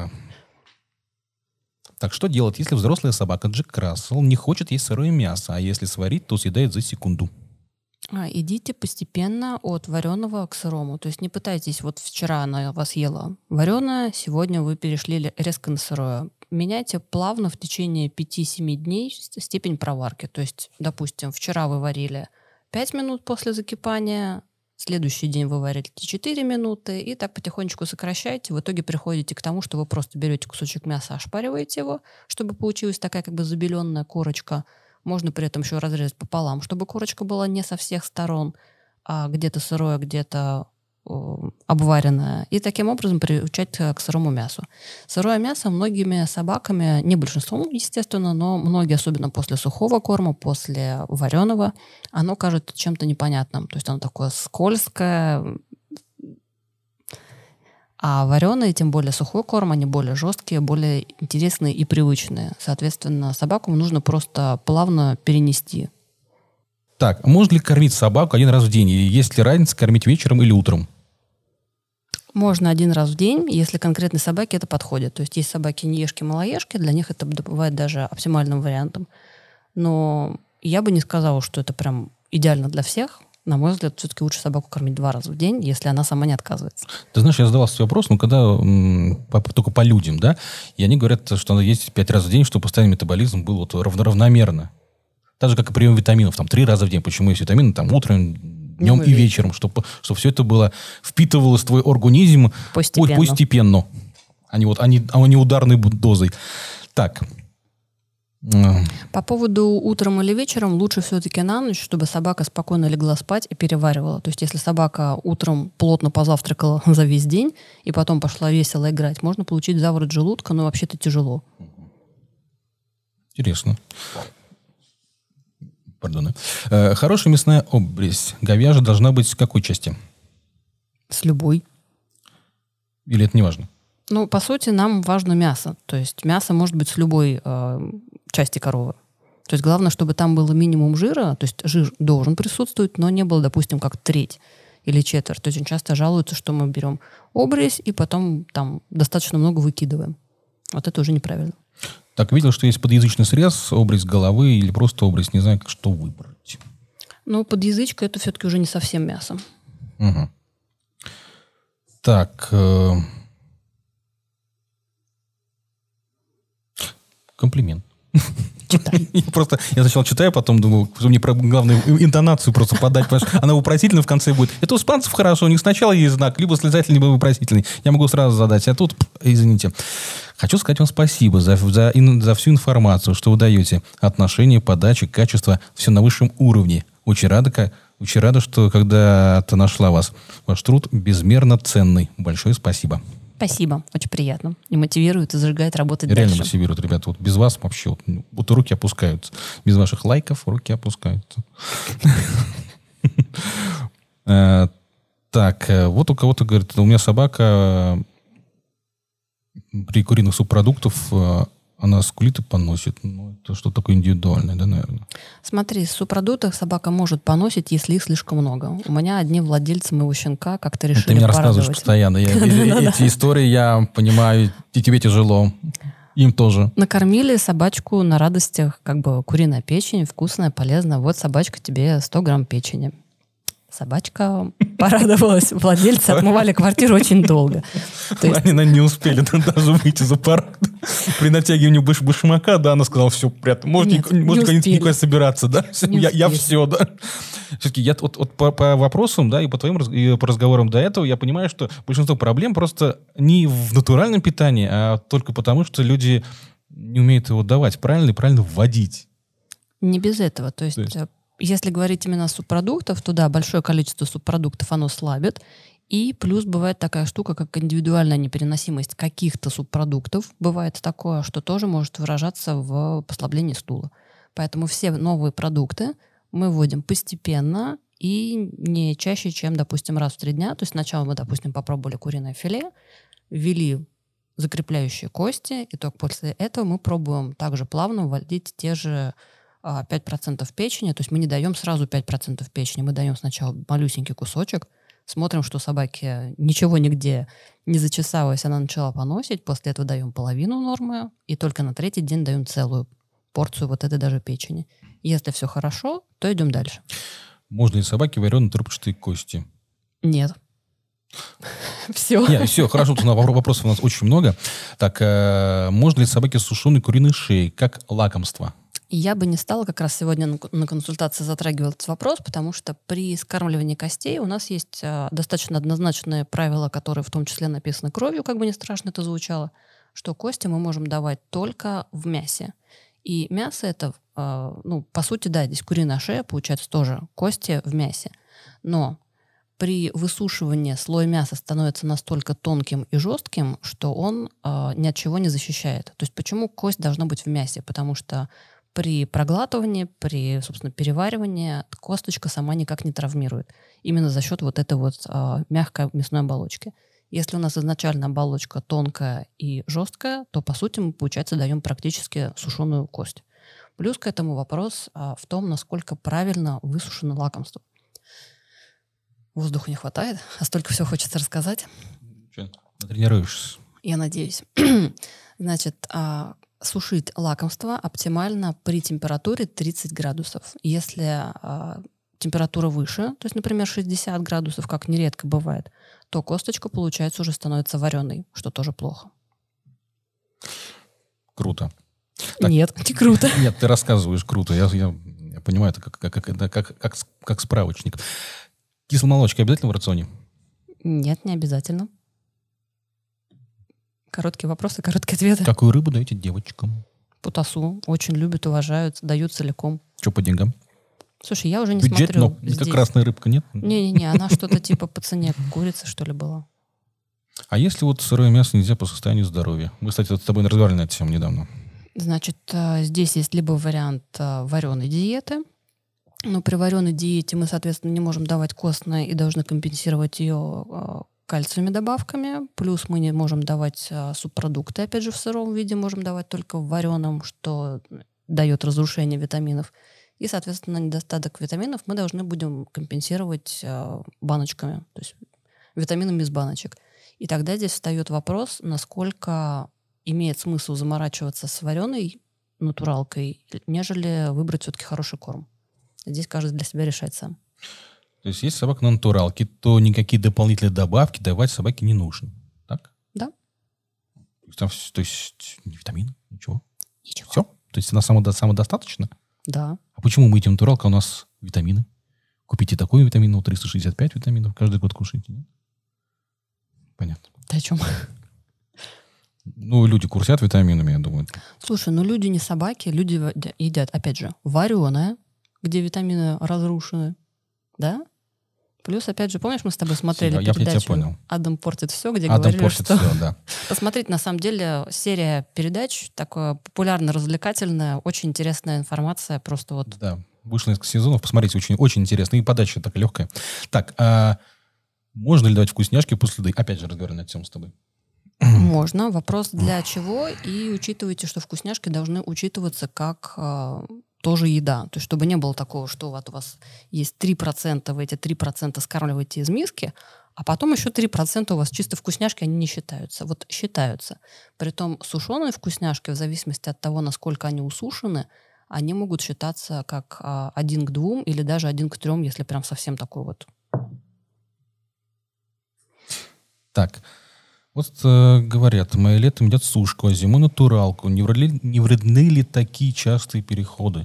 Так, что делать, если взрослая собака Джек Рассел не хочет есть сырое мясо, а если сварить, то съедает за секунду? Идите постепенно от вареного к сырому. То есть не пытайтесь, вот вчера она вас ела вареное, сегодня вы перешли резко на сырое. Меняйте плавно в течение 5-7 дней степень проварки. То есть, допустим, вчера вы варили 5 минут после закипания, следующий день вы варите 4 минуты, и так потихонечку сокращаете. В итоге приходите к тому, что вы просто берете кусочек мяса, ошпариваете его, чтобы получилась такая как бы забеленная корочка. Можно при этом еще разрезать пополам, чтобы корочка была не со всех сторон, а где-то сырое, где-то обваренное. И таким образом приучать к сырому мясу. Сырое мясо многими собаками, не большинством, естественно, но многие, особенно после сухого корма, после вареного, оно кажется чем-то непонятным. То есть оно такое скользкое, А вареные, тем более сухой корм, они более жесткие, более интересные и привычные. Соответственно, собаку нужно просто плавно перенести. Так, можно ли кормить собаку один раз в день? И есть ли разница кормить вечером или утром? Можно один раз в день, если конкретной собаке это подходит. То есть собаки неешки, малоежки, для них это бывает даже оптимальным вариантом. Но я бы не сказала, что это прям идеально для всех. На мой взгляд, все-таки лучше собаку кормить 2 раза в день, если она сама не отказывается. Ты знаешь, я задавался себе вопрос, когда только по людям, да, и они говорят, что надо есть 5 раз в день, чтобы постоянный метаболизм был вот равномерно. Так же, как и прием витаминов, 3 раза в день. Почему есть витамины утром, днем и вечером, чтобы все это было, впитывалось в твой организм постепенно, а не ударной дозой. Так. По поводу утром или вечером лучше все-таки на ночь, чтобы собака спокойно легла спать и переваривала. То есть если собака утром плотно позавтракала за весь день и потом пошла весело играть, можно получить заворот желудка, но вообще-то тяжело. Интересно. Пардон. Хорошая мясная обрезь говяжья должна быть с какой части? С любой. Или это не важно? По сути, нам важно мясо. То есть мясо может быть с любой части коровы. То есть главное, чтобы там было минимум жира, то есть жир должен присутствовать, но не было, допустим, как треть или четверть. То есть очень часто жалуются, что мы берем обрезь и потом там достаточно много выкидываем. Вот это уже неправильно. Так, видел, что есть подъязычный срез, обрезь головы или просто обрезь, не знаю, что выбрать. Подъязычка это все-таки уже не совсем мясо. Угу. Так. Комплимент. Читай. Просто я сначала читаю, потом думал, что мне главное интонацию просто подать. Она вопросительная в конце будет. Это у испанцев хорошо, у них сначала есть знак, либо слезательный, либо вопросительный. Я могу сразу задать, а тут, извините. Хочу сказать вам спасибо за всю информацию, что вы даете. Отношения, подачи, качество, все на высшем уровне. Очень рада, что когда-то нашла вас. Ваш труд безмерно ценный. Большое спасибо. Спасибо, очень приятно. И мотивирует, и зажигает работать Реально дальше. мотивирует, ребята. Вот без вас вообще вот руки опускаются. Без ваших лайков руки опускаются. Так, вот у кого-то говорит, у меня собака при куриных субпродуктах она скулит и поносит. Это что такое индивидуальное, да, наверное? Смотри, субпродуктов собака может поносить, если их слишком много. У меня одни владельцы моего щенка как-то решили порадовать. Ты мне порадовать. рассказываешь постоянно. Эти истории, я понимаю, и тебе тяжело. Им тоже. Накормили собачку на радостях, куриная печень, вкусная, полезная. Вот собачка тебе 100 грамм печени. Собачка порадовалась. Владельцы отмывали квартиру очень долго. Они не успели даже выйти за порог. При натягивании башмака, да, она сказала, все, можно никуда собираться, да? Я все, да. Все-таки я по вопросам, да, и по твоим по разговорам до этого, я понимаю, что большинство проблем просто не в натуральном питании, а только потому, что люди не умеют его давать правильно и правильно вводить. Не без этого. То есть если говорить именно о субпродуктах, то да, большое количество субпродуктов оно слабит. И плюс бывает такая штука, как индивидуальная непереносимость каких-то субпродуктов. Бывает такое, что тоже может выражаться в послаблении стула. Поэтому все новые продукты мы вводим постепенно и не чаще, чем, допустим, раз в 3 дня. То есть сначала мы, допустим, попробовали куриное филе, ввели закрепляющие кости, и только после этого мы пробуем также плавно вводить те же 5% печени, то есть мы не даем сразу 5% печени, мы даем сначала малюсенький кусочек, смотрим, что собаке ничего нигде не зачесалось, она начала поносить, после этого даем половину нормы, и только на 3-й день даем целую порцию вот этой даже печени. Если все хорошо, то идем дальше. Можно ли собаке вареные трубчатые кости? Нет. Все. Нет, все, хорошо, тут вопросов у нас очень много. Так, можно ли собаке сушеной куриной шеи, как лакомство? Я бы не стала как раз сегодня на консультации затрагивать этот вопрос, потому что при скармливании костей у нас есть достаточно однозначные правила, которые в том числе написаны кровью, как бы не страшно это звучало, что кости мы можем давать только в мясе. И мясо это, по сути, да, здесь куриная шея, получается тоже кости в мясе. Но при высушивании слой мяса становится настолько тонким и жестким, что он ни от чего не защищает. То есть почему кость должна быть в мясе? Потому что при проглатывании, при, собственно, переваривании косточка сама никак не травмирует. Именно за счет вот этой вот мягкой мясной оболочки. Если у нас изначально оболочка тонкая и жесткая, то, по сути, мы, получается, даем практически сушеную кость. Плюс к этому вопрос в том, насколько правильно высушено лакомство. Воздуха не хватает, а столько всего хочется рассказать. Че, натренируешься? Я надеюсь. Значит, сушить лакомство оптимально при температуре 30 градусов. Если температура выше, то есть, например, 60 градусов, как нередко бывает, то косточка, получается, уже становится вареной, что тоже плохо. Круто. Так, нет, не круто. Нет, ты рассказываешь круто. Я понимаю, это как справочник. Кисломолочка обязательно в рационе? Нет, не обязательно. Короткие вопросы, короткие ответы. Какую рыбу даете девочкам? Путасу. Очень любят, уважают, дают целиком. Что по деньгам? Слушай, я уже не Бюджет, смотрю. но как красная рыбка, нет? Не-не-не, она что-то типа по цене курицы, что ли, была. А если вот сырое мясо нельзя по состоянию здоровья? Мы, кстати, вот с тобой разговаривали на эту тему недавно. Значит, здесь есть либо вариант вареной диеты, но при вареной диете мы, соответственно, не можем давать костное и должны компенсировать ее кальциевыми добавками. Плюс мы не можем давать субпродукты, опять же, в сыром виде, можем давать только в вареном, что дает разрушение витаминов. И, соответственно, недостаток витаминов мы должны будем компенсировать баночками, то есть витаминами из баночек. И тогда здесь встает вопрос, насколько имеет смысл заморачиваться с вареной натуралкой, нежели выбрать все-таки хороший корм. Здесь каждый для себя решает сам. То есть, если собака на натуралке, то никакие дополнительные добавки давать собаке не нужно, так? Да. То есть витамины, ничего? Ничего. Все? То есть она самодостаточна? Да. А почему мы едим натуралку, а у нас витамины? Купите такой витамин, 365 витаминов, каждый год кушайте. Нет? Понятно. Ты о чем? Ну, люди курсят витаминами, я думаю. Слушай, ну люди не собаки, люди едят, опять же, вареное, где витамины разрушены, да? Плюс, опять же, помнишь, мы с тобой смотрели я передачу тебя понял. «Адам портит все», где Адам говорили, портит что... все, да. Посмотреть, на самом деле, серия передач, такая популярно-развлекательная, очень интересная информация, просто вот... Да, вышло несколько сезонов, посмотрите, очень, очень интересно, и подача такая легкая. Так, а можно ли давать вкусняшки после еды? Опять же, разговариваем на эту тему с тобой. Можно. Вопрос для чего? И учитывайте, что вкусняшки должны учитываться как тоже еда. То есть, чтобы не было такого, что вот у вас есть 3%, вы эти 3% скармливаете из миски, а потом еще 3% у вас чисто вкусняшки, они не считаются. Вот считаются. Притом сушеные вкусняшки, в зависимости от того, насколько они усушены, они могут считаться как 1 к 2 или даже 1 к 3, если прям совсем такой вот. Так, вот говорят, мои летом едят сушку, а зимой натуралку. Не вредны ли такие частые переходы?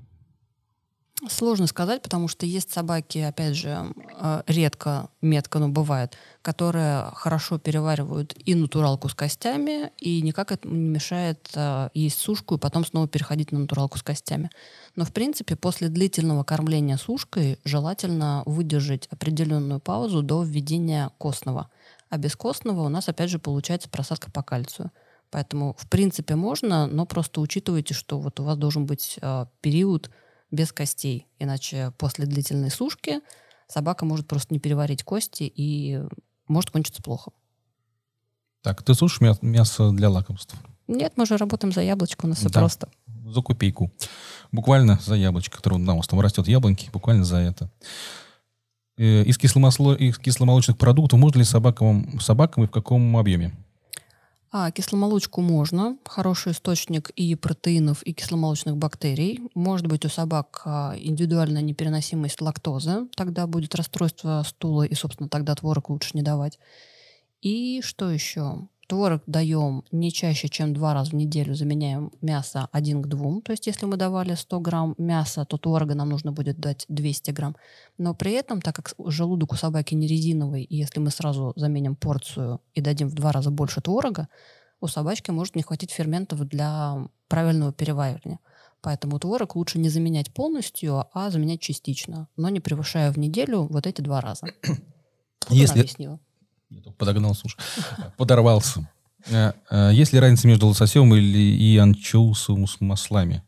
Сложно сказать, потому что есть собаки, опять же, редко, метко, но бывает, которые хорошо переваривают и натуралку с костями, и никак это не мешает есть сушку и потом снова переходить на натуралку с костями. Но, в принципе, после длительного кормления сушкой желательно выдержать определенную паузу до введения костного. А без костного у нас, опять же, получается просадка по кальцию. Поэтому, в принципе, можно, но просто учитывайте, что вот у вас должен быть период без костей. Иначе после длительной сушки собака может просто не переварить кости и может кончиться плохо. Так, ты сушишь мясо для лакомства? Нет, мы же работаем за яблочко, у нас все Да, просто. За копейку. Буквально за яблочко, которое у нас там растет яблоньки, буквально за это. Из кисломолочных продуктов можно ли собакам и в каком объеме? Кисломолочку можно. Хороший источник и протеинов, и кисломолочных бактерий. Может быть у собак индивидуальная непереносимость лактозы. Тогда будет расстройство стула, и, собственно, тогда творог лучше не давать. И что еще? Творог даем не чаще, чем 2 раза в неделю. Заменяем мясо 1 к 2. То есть если мы давали 100 грамм мяса, то творога нам нужно будет дать 200 грамм. Но при этом, так как желудок у собаки не резиновый, и если мы сразу заменим порцию и дадим в 2 раза больше творога, у собачки может не хватить ферментов для правильного переваривания. Поэтому творог лучше не заменять полностью, а заменять частично, но не превышая в неделю вот эти 2 раза. Если... Объяснила. Я только подогнал, слушай. Подорвался. Есть ли разница между лососем и анчоусом с маслами?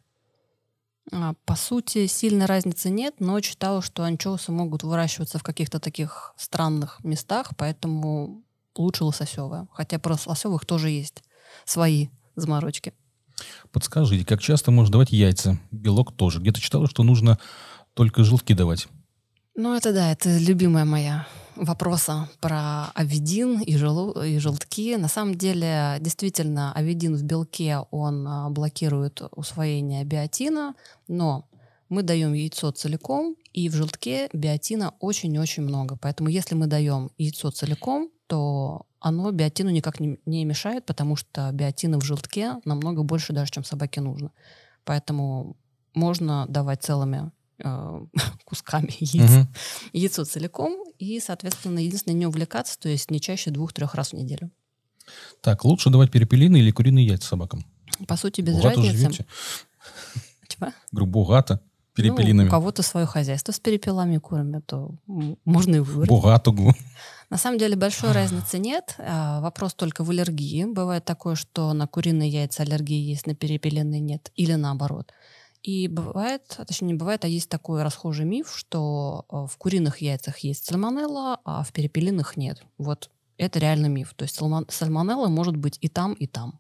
По сути, сильной разницы нет, но читала, что анчоусы могут выращиваться в каких-то таких странных местах, поэтому лучше лососевая. Хотя про лососевых тоже есть свои заморочки. Подскажите, как часто можно давать яйца? Белок тоже. Где-то читала, что нужно только желтки давать. Ну, это да, это любимая моя вопроса про авидин и желтки. На самом деле, действительно, авидин в белке, он блокирует усвоение биотина, но мы даем яйцо целиком, и в желтке биотина очень-очень много. Поэтому если мы даем яйцо целиком, то оно биотину никак не мешает, потому что биотина в желтке намного больше даже, чем собаке нужно. Поэтому можно давать целыми кусками яйцо целиком, и, соответственно, единственное, не увлекаться, то есть не чаще 2-3 раз в неделю. Так, лучше давать перепелиные или куриные яйца собакам? По сути, без Богато разницы. живете? Чего? Говорю, богато перепелиными. У кого-то свое хозяйство с перепелами и курами, то можно и выбрать. Богато. На самом деле большой разницы нет. Вопрос только в аллергии. Бывает такое, что на куриные яйца аллергии есть, на перепелиные нет. Или наоборот. И бывает, точнее не бывает, а есть такой расхожий миф, что в куриных яйцах есть сальмонелла, а в перепелиных нет. Вот это реально миф. То есть сальмонелла может быть и там, и там.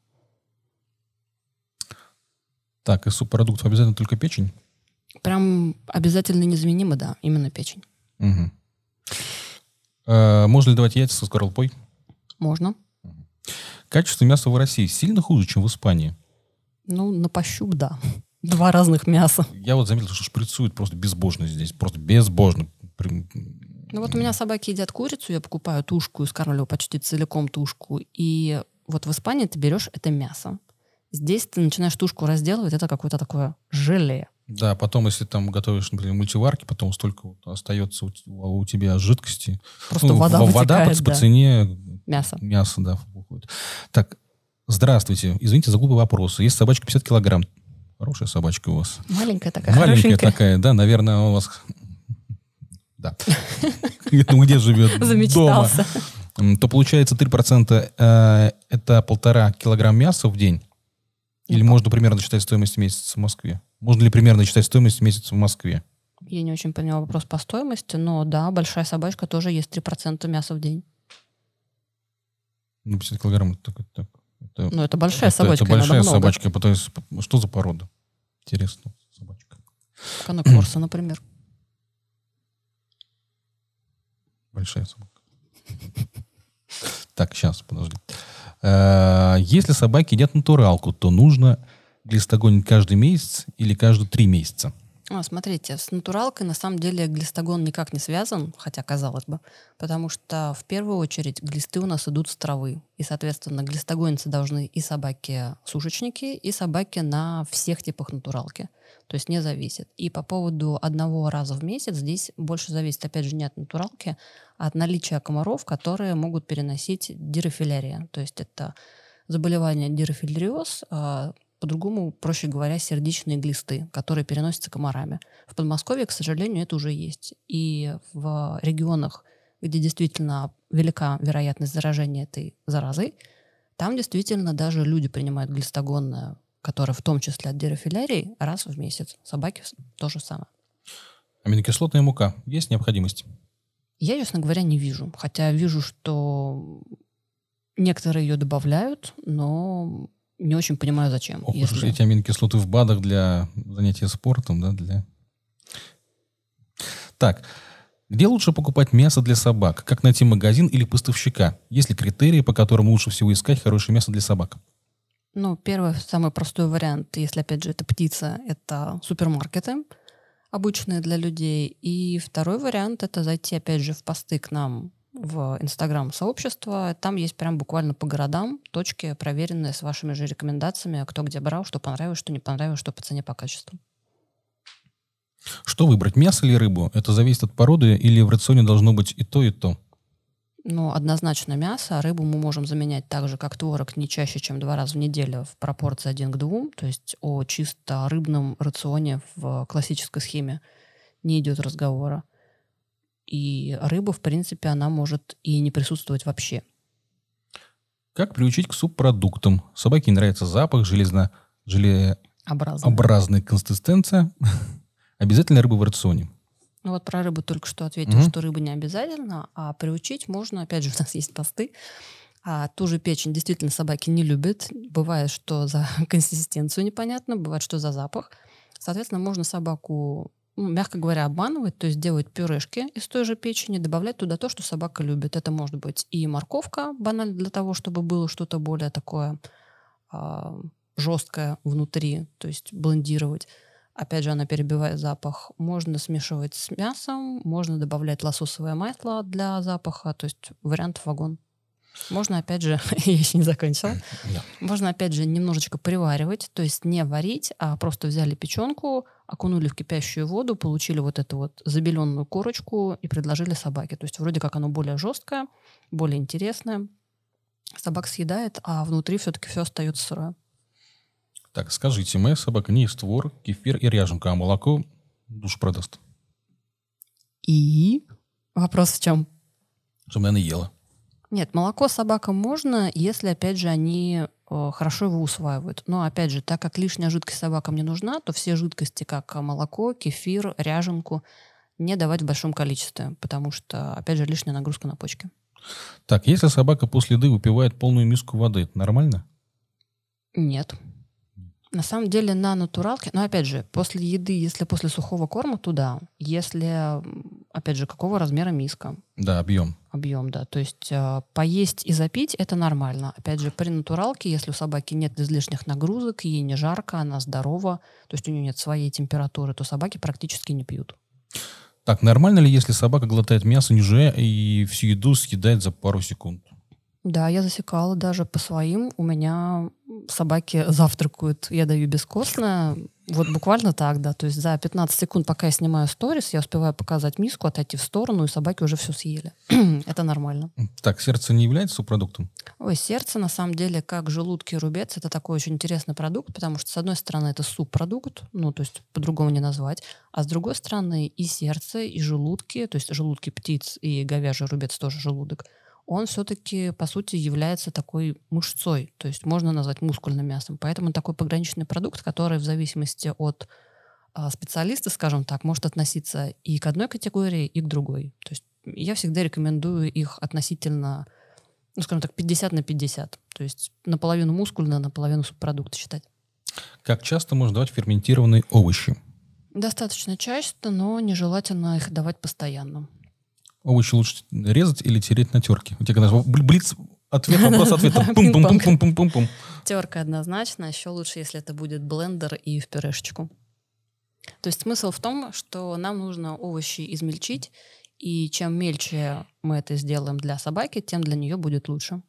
Так, из субпродуктов обязательно только печень? Прям обязательно незаменимо, да, именно печень. Угу. Можно ли давать яйца со скорлупой? Можно. Качество мяса в России сильно хуже, чем в Испании? Ну, на пощуп, да. 2 разных мяса. Я вот заметил, что шприцуют просто безбожно здесь. Просто безбожно. Ну вот у меня собаки едят курицу, я покупаю тушку и скармливаю почти целиком тушку. И вот в Испании ты берешь это мясо. Здесь ты начинаешь тушку разделывать, это какое-то такое желе. Да, потом, если там готовишь, например, мультиварки, потом столько вот остается у тебя жидкости. Просто вода вытекает, по цене мяса, да, выходит. Так, здравствуйте. Извините за глупый вопрос. Есть собачка 50 килограмм. Хорошая собачка у вас. Маленькая такая, Маленькая такая, да, наверное, у вас... Да. Ну, где живет? Замечтался. Дома. То получается 3% это 1,5 килограмм мяса в день? Или можно примерно считать стоимость месяца в Москве? Можно ли примерно считать стоимость месяца в Москве? Я не очень поняла вопрос по стоимости, но да, большая собачка тоже есть 3% мяса в день. Ну, 50 килограмм это... Ну, это большая собачка. Это большая собачка. Я пытаюсь... Что за порода? Интересно, собачка. Канакорса, например. Большая собака. Так, сейчас, подожди. Если собаки едят натуралку, то нужно глистогонить каждый месяц или каждые 3 месяца? Смотрите, с натуралкой на самом деле глистогон никак не связан, хотя казалось бы, потому что в первую очередь глисты у нас идут с травы. И, соответственно, глистогониться должны и собаки-сушечники, и собаки на всех типах натуралки. То есть не зависит. И по поводу 1 раза в месяц здесь больше зависит, опять же, не от натуралки, а от наличия комаров, которые могут переносить дирофилярия. То есть это заболевание дирофилариоз, по-другому, проще говоря, сердечные глисты, которые переносятся комарами. В Подмосковье, к сожалению, это уже есть. И в регионах, где действительно велика вероятность заражения этой заразой, там действительно даже люди принимают глистогонное, которое в том числе от дирофилярии, раз в месяц. Собаки то же самое. Аминокислотная мука. Есть необходимость? Я, честно говоря, не вижу. Хотя вижу, что некоторые ее добавляют, но... Не очень понимаю, зачем. Ох уж эти аминокислоты в БАДах для занятия спортом, да, Так, где лучше покупать мясо для собак? Как найти магазин или поставщика? Есть ли критерии, по которым лучше всего искать хорошее мясо для собак? Ну, первый, самый простой вариант, если, опять же, это птица, это супермаркеты, обычные для людей. И второй вариант — это зайти, опять же, в посты к нам в Инстаграм-сообщество. Там есть прям буквально по городам точки, проверенные с вашими же рекомендациями, кто где брал, что понравилось, что не понравилось, что по цене, по качеству. Что выбрать, мясо или рыбу? Это зависит от породы или в рационе должно быть и то, и то? Ну, однозначно мясо, а рыбу мы можем заменять так же, как творог, не чаще, чем 2 раза в неделю в пропорции 1 к 2. То есть о чисто рыбном рационе в классической схеме не идет разговора. И рыба, в принципе, она может и не присутствовать вообще. Как приучить к субпродуктам? Собаке нравится запах, желеобразная консистенция. Обязательно рыба в рационе? Ну вот про рыбу только что ответил, что рыба не обязательно, а приучить можно, опять же, у нас есть посты, а ту же печень действительно собаки не любят. Бывает, что за консистенцию непонятно, бывает, что за запах. Соответственно, можно собаку, мягко говоря, обманывать, то есть делать пюрешки из той же печени, добавлять туда то, что собака любит. Это может быть и морковка, банально для того, чтобы было что-то более такое жесткое внутри, то есть блендировать. Опять же, она перебивает запах. Можно смешивать с мясом, можно добавлять лососовое масло для запаха, то есть вариантов вагон. Можно, опять же, я еще не закончила, можно, опять же, немножечко приваривать, то есть не варить, а просто взяли печенку, окунули в кипящую воду, получили вот эту вот забеленную корочку и предложили собаке. То есть вроде как оно более жесткое, более интересное. Собака съедает, а внутри все-таки все остается сырое. Так, скажите, моя собака не ест творог, кефир и ряженку, а молоко душу продаст. И вопрос в чем? Чтобы она ела. Нет, молоко собакам можно, если, опять же, они хорошо его усваивают. Но, опять же, так как лишняя жидкость собакам не нужна, то все жидкости, как молоко, кефир, ряженку, не давать в большом количестве, потому что, опять же, лишняя нагрузка на почки. Так, если собака после еды выпивает полную миску воды, это нормально? Нет. На самом деле на натуралке, но опять же, после еды, если после сухого корма, туда, если, опять же, какого размера миска? Да, объем. Объем, да. То есть поесть и запить — это нормально. Опять же, при натуралке, если у собаки нет излишних нагрузок, ей не жарко, она здорова, то есть у нее нет своей температуры, то собаки практически не пьют. Так, нормально ли, если собака глотает мясо, не жуя, и всю еду съедает за пару секунд? Да, я засекала даже по своим. У меня собаки завтракают, я даю бескостно. Вот буквально так, да. То есть за 15 секунд, пока я снимаю сторис, я успеваю показать миску, отойти в сторону, и собаки уже все съели. Это нормально. Так, сердце не является субпродуктом? Ой, сердце, на самом деле, как желудки и рубец, это такой очень интересный продукт, потому что, с одной стороны, это субпродукт, ну, то есть по-другому не назвать, а с другой стороны, и сердце, и желудки, то есть желудки птиц и говяжий рубец тоже желудок, он все-таки, по сути, является такой мышцой, то есть можно назвать мускульным мясом. Поэтому такой пограничный продукт, который в зависимости от специалиста, скажем так, может относиться и к одной категории, и к другой. То есть я всегда рекомендую их относительно, ну, скажем так, 50 на 50. То есть наполовину мускульно, наполовину субпродукта считать. Как часто можно давать ферментированные овощи? Достаточно часто, но нежелательно их давать постоянно. Овощи лучше резать или тереть на терке? У тебя когда блиц, ответ, вопрос, ответ. Пум-пум-пум-пум-пум-пум. Терка однозначно. Еще лучше, если это будет блендер и в пюрешечку. То есть смысл в том, что нам нужно овощи измельчить, и чем мельче мы это сделаем для собаки, тем для нее будет лучше.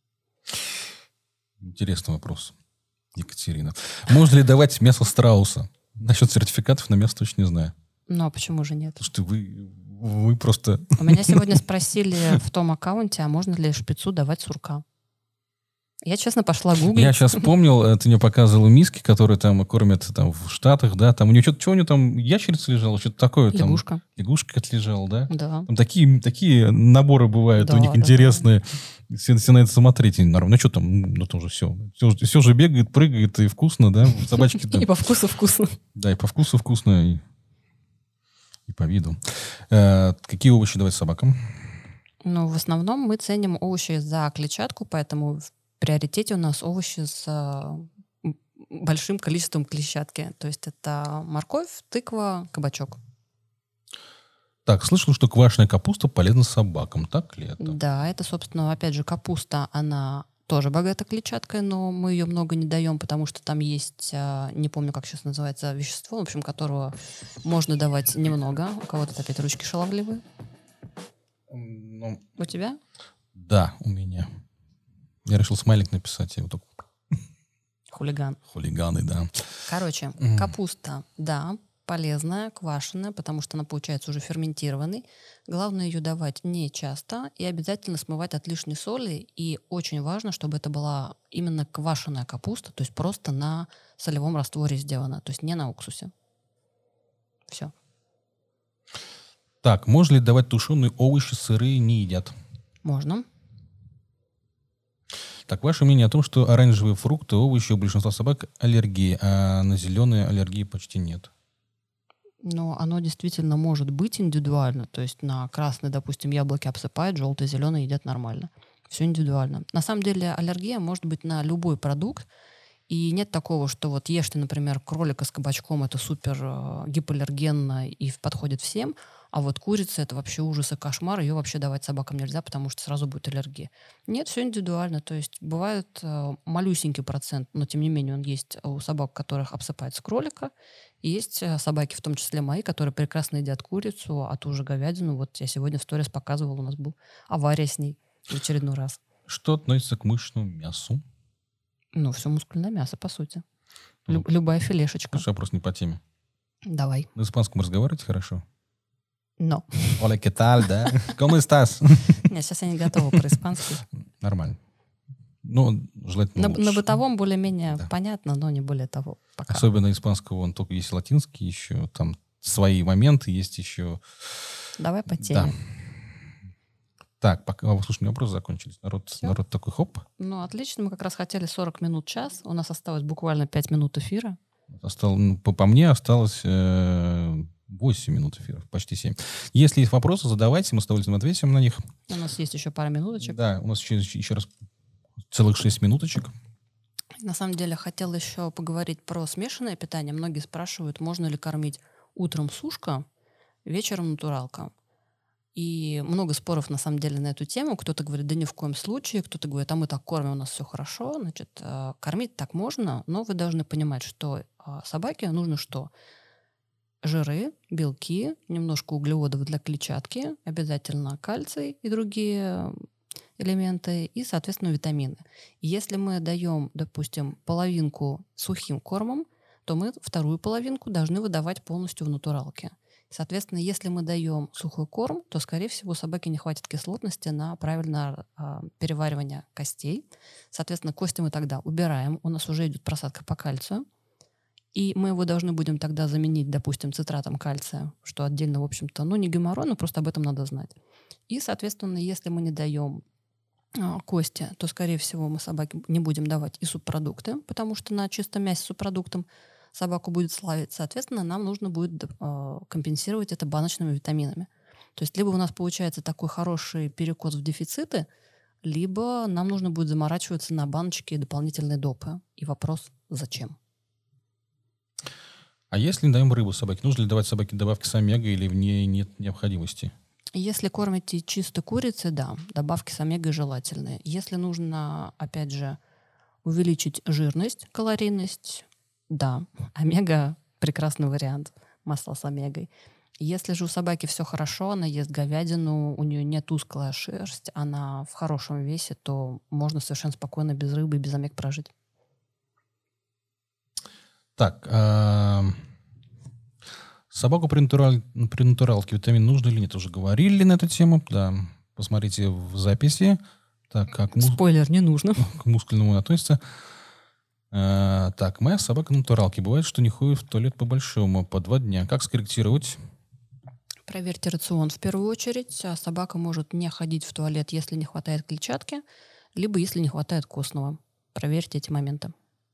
Интересный вопрос, Екатерина. Можно ли давать мясо страуса? Насчет сертификатов на мясо точно не знаю. Ну, а почему же нет? Потому что вы просто... У меня сегодня спросили в том аккаунте, а можно ли шпицу давать сурка? Я, честно, пошла гуглить. Я сейчас вспомнил, ты мне показывала миски, которые там кормят там, в Штатах, да, там у нее что у нее там ящерица лежала, что-то такое. Лягушка. Там, лягушка какая-то лежала, да? Да. Там такие наборы бывают, Да, у них да, интересные. Все на это смотреть. Ну что там, ну там же все же бегает, прыгает и вкусно, да? Собачки там. И по вкусу вкусно. Да, и по вкусу вкусно, и по виду. Какие овощи давать собакам? Ну, в основном мы ценим овощи за клетчатку, поэтому в приоритете у нас овощи с большим количеством клетчатки. То есть это морковь, тыква, кабачок. Так, слышал, что квашеная капуста полезна собакам. Так ли это? Да, это, собственно, опять же, капуста, она тоже богата клетчаткой, но мы ее много не даем, потому что там есть, не помню, как сейчас называется, вещество, в общем, которого можно давать немного. У кого-то опять ручки шаловливые. Ну, У тебя? да, у меня. Я решил смайлик написать. Я вот так... Хулиган. Хулиганы, да. Короче, капуста, да, полезная, квашеная, потому что она получается уже ферментированной. Главное ее давать не часто и обязательно смывать от лишней соли. И очень важно, чтобы это была именно квашеная капуста, то есть просто на солевом растворе сделана, то есть не на уксусе. Все. Так, можно ли давать тушеные овощи, сырые не едят? Можно. Так, ваше мнение о том, что оранжевые фрукты, овощи у большинства собак аллергии, а на зеленые аллергии почти нет? Но оно действительно может быть индивидуально. То есть на красные, допустим, яблоки обсыпают, желтые, зеленые едят нормально. Все индивидуально. На самом деле аллергия может быть на любой продукт. И нет такого, что вот ешь ты, например, кролика с кабачком, это супер гипоаллергенно и подходит всем, а вот курица — это вообще ужас и кошмар, ее вообще давать собакам нельзя, потому что сразу будет аллергия. Нет, все индивидуально. То есть бывает малюсенький процент, но тем не менее он есть у собак, у которых обсыпается кролика, и есть собаки, в том числе мои, которые прекрасно едят курицу, а ту же говядину. Вот я сегодня в сторис показывала, у нас был авария с ней в очередной раз. Что относится к мышечному мясу? Ну, все мускульное мясо, по сути. Ну, Любая филешечка. Слушай, вопрос не по теме. Давай. На испанском разговариваете хорошо? Но. Hola, ¿qué tal, да? ¿Cómo estás? Нет, сейчас я не готова про-испански. Нормально. Ну, желательно На лучше. бытовом более-менее Да. понятно, но не более того. Пока. Особенно испанского, он только есть латинский еще, там свои моменты есть еще. Давай по Да. теме. Так, пока, слушай, у меня вопросы закончились. Народ такой, хоп, Ну, отлично. Мы как раз хотели 40 минут, час. У нас осталось буквально 5 минут эфира. по мне осталось 8 минут эфира, почти 7. Если есть вопросы, задавайте, мы с удовольствием ответим на них. У нас есть еще пара минуточек. Да, у нас еще раз целых 6 минуточек. На самом деле, хотела еще поговорить про смешанное питание. Многие спрашивают, можно ли кормить утром сушка, вечером натуралка. И много споров, на самом деле, на эту тему. Кто-то говорит, да ни в коем случае. Кто-то говорит, а мы так кормим, у нас все хорошо. Значит, кормить так можно, но вы должны понимать, что собаке нужно что? Жиры, белки, немножко углеводов для клетчатки, обязательно кальций и другие элементы, и, соответственно, витамины. И если мы даем, допустим, половинку сухим кормом, то мы вторую половинку должны выдавать полностью в натуралке. Соответственно, если мы даем сухой корм, то, скорее всего, собаке не хватит кислотности на правильное переваривание костей. Соответственно, кости мы тогда убираем, у нас уже идет просадка по кальцию, и мы его должны будем тогда заменить, допустим, цитратом кальция, что отдельно, в общем-то, ну, не геморрой, но просто об этом надо знать. И, соответственно, если мы не даем кости, то, скорее всего, мы собаке не будем давать и субпродукты, потому что на чистом мясе с субпродуктом собаку будет славить. Соответственно, нам нужно будет компенсировать это баночными витаминами. То есть либо у нас получается такой хороший перекос в дефициты, либо нам нужно будет заморачиваться на баночки и дополнительные допы. И вопрос, зачем? А если не даем рыбу собаке, нужно ли давать собаке добавки с омега или в ней нет необходимости? Если кормите чистой курицей, да, добавки с омегой желательны. Если нужно, опять же, увеличить жирность, калорийность, да, омега — прекрасный вариант, масло с омегой. Если же у собаки все хорошо, она ест говядину, у нее не тусклая шерсть, она в хорошем весе, то можно совершенно спокойно без рыбы и без омег прожить. Так, собаку при натуралке витамин нужно или нет? Уже говорили на эту тему. Да, посмотрите в записи. Так, как Спойлер, не нужно. к мускульному относится. Так, моя собака на натуралке. Бывает, что не ходит в туалет по-большому, по 2 дня. Как скорректировать? Проверьте рацион в первую очередь. Собака может не ходить в туалет, если не хватает клетчатки, либо если не хватает костного. Проверьте эти моменты.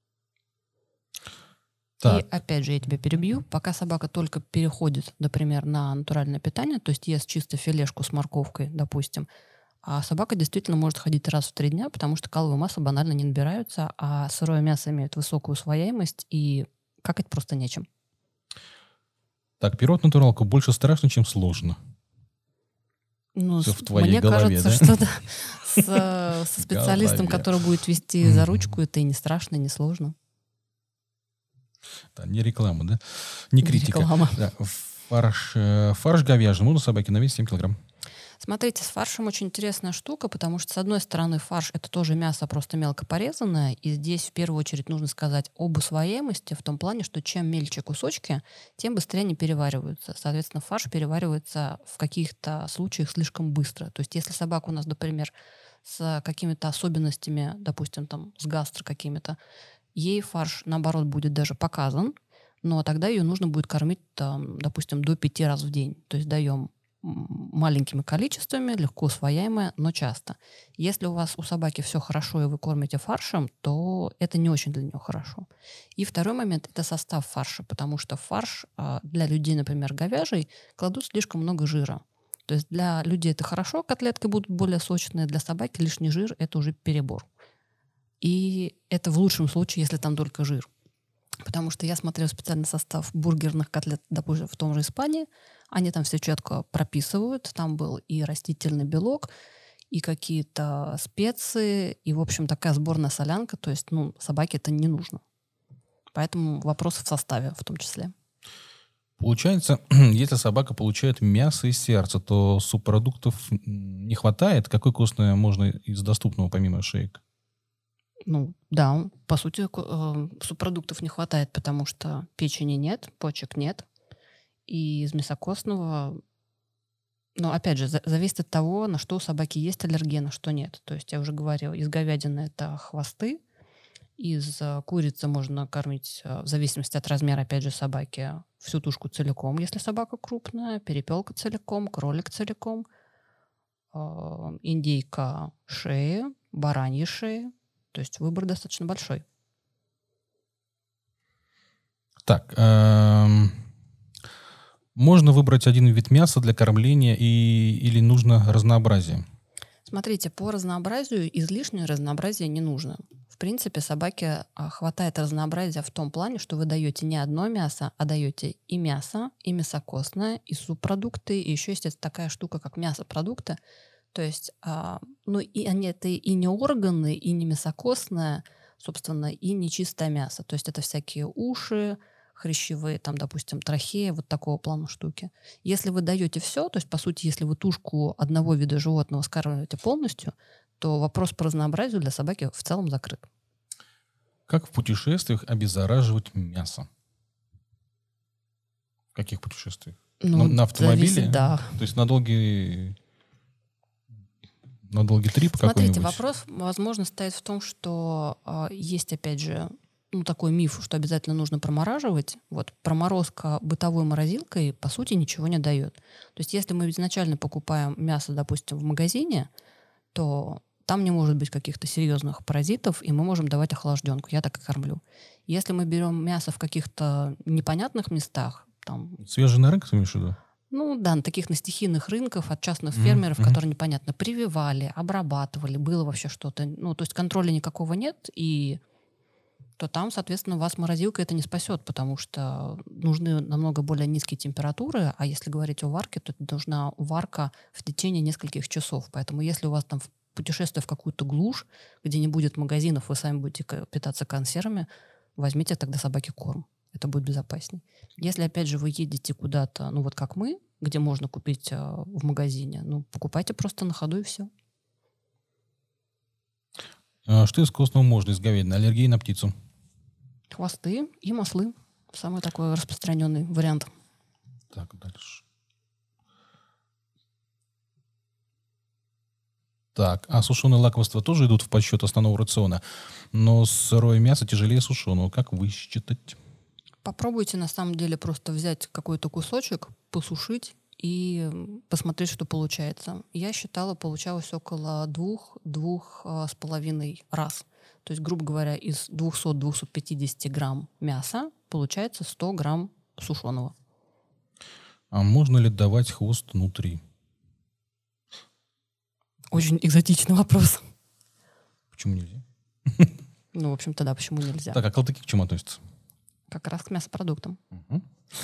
Так. И опять же, я тебя перебью. Пока собака только переходит, например, на натуральное питание, то есть ест чисто филешку с морковкой, допустим, а собака действительно может ходить раз в 3 дня, потому что каловые массы банально не набираются, а сырое мясо имеет высокую усвояемость, и какать просто нечем. Так, перевод на натуралку больше страшно, чем сложно. Ну, Всё в твоей мне голове, кажется, да? что да, со специалистом, Голове. который будет вести за ручку, это и не страшно, и не сложно. Да, не реклама, да? Не критика. Реклама. Да, фарш говяжий. Можно собаке на вес 7 килограмм. Смотрите, с фаршем очень интересная штука, потому что, с одной стороны, фарш — это тоже мясо просто мелко порезанное, и здесь в первую очередь нужно сказать об усвояемости в том плане, что чем мельче кусочки, тем быстрее они перевариваются. Соответственно, фарш переваривается в каких-то случаях слишком быстро. То есть если собака у нас, например, с какими-то особенностями, допустим, там, с гастро какими-то, ей фарш, наоборот, будет даже показан, но тогда ее нужно будет кормить, там, допустим, до 5 раз в день. То есть даем маленькими количествами, легко усвояемое, но часто. Если у собаки все хорошо, и вы кормите фаршем, то это не очень для нее хорошо. И второй момент – это состав фарша, потому что в фарш для людей, например, говяжий, кладут слишком много жира. То есть для людей это хорошо, котлетки будут более сочные, для собаки лишний жир – это уже перебор. И это в лучшем случае, если там только жир. Потому что я смотрела специальный состав бургерных котлет, допустим, в том же Испании. Они там все четко прописывают. Там был и растительный белок, и какие-то специи, и, в общем, такая сборная солянка. То есть, собаке это не нужно. Поэтому вопрос в составе в том числе. Получается, если собака получает мясо и сердце, то субпродуктов не хватает? Какое костное можно из доступного помимо шеек? Да, по сути, субпродуктов не хватает, потому что печени нет, почек нет. И из мясокостного, опять же, зависит от того, на что у собаки есть аллерген, а что нет. То есть я уже говорила, из говядины это хвосты, из курицы можно кормить, в зависимости от размера, опять же, собаки, всю тушку целиком, если собака крупная, перепелка целиком, кролик целиком, индейка шеи, бараньи шеи. То есть выбор достаточно большой. Так, можно выбрать один вид мяса для кормления или нужно разнообразие? Смотрите, по разнообразию излишнее разнообразие не нужно. В принципе, собаке хватает разнообразия в том плане, что вы даете не одно мясо, а даете и мясо, и мясокостное, и субпродукты, и еще есть такая штука, как мясопродукты. То есть, и они это и не органы, и не мясокостное, собственно, и не чистое мясо. То есть это всякие уши, хрящевые, там, допустим, трахеи, вот такого плана штуки. Если вы даете все, то есть, по сути, если вы тушку одного вида животного скармливаете полностью, то вопрос по разнообразию для собаки в целом закрыт. Как в путешествиях обеззараживать мясо? В каких путешествиях? На автомобиле? Зависит, да. То есть на долгий трип какой-нибудь? Смотрите, вопрос, возможно, стоит в том, что есть, опять же, такой миф, что обязательно нужно промораживать. Вот проморозка бытовой морозилкой, по сути, ничего не дает. То есть если мы изначально покупаем мясо, допустим, в магазине, то там не может быть каких-то серьезных паразитов, и мы можем давать охлажденку. Я так и кормлю. Если мы берем мясо в каких-то непонятных местах, там... Свежий на рынке, ты имеешь в виду? На таких на стихийных рынках от частных фермеров, которые непонятно прививали, обрабатывали, было вообще что-то. То есть контроля никакого нет, и то там, соответственно, вас морозилка это не спасет, потому что нужны намного более низкие температуры, а если говорить о варке, то нужна варка в течение нескольких часов. Поэтому если у вас там путешествие в какую-то глушь, где не будет магазинов, вы сами будете питаться консервами, возьмите тогда собаке корм. Это будет безопаснее. Если, опять же, вы едете куда-то, вот как мы, где можно купить в магазине, покупайте просто на ходу и все. Что из костного можно из говядины? Аллергии на птицу? Хвосты и маслы. Самый такой распространенный вариант. Так, дальше. Так, а сушеные лакомства тоже идут в подсчет основного рациона, но сырое мясо тяжелее сушеного. Как высчитать? Попробуйте, на самом деле, просто взять какой-то кусочек, посушить и посмотреть, что получается. Я считала, получалось около 2-2,5 раз. То есть, грубо говоря, из 200-250 грамм мяса получается 100 грамм сушеного. А можно ли давать хвост внутри? Очень экзотичный вопрос. Почему нельзя? В общем-то, да, почему нельзя? Так, а колтыки к чему относятся? Как раз к мясопродуктам. Угу.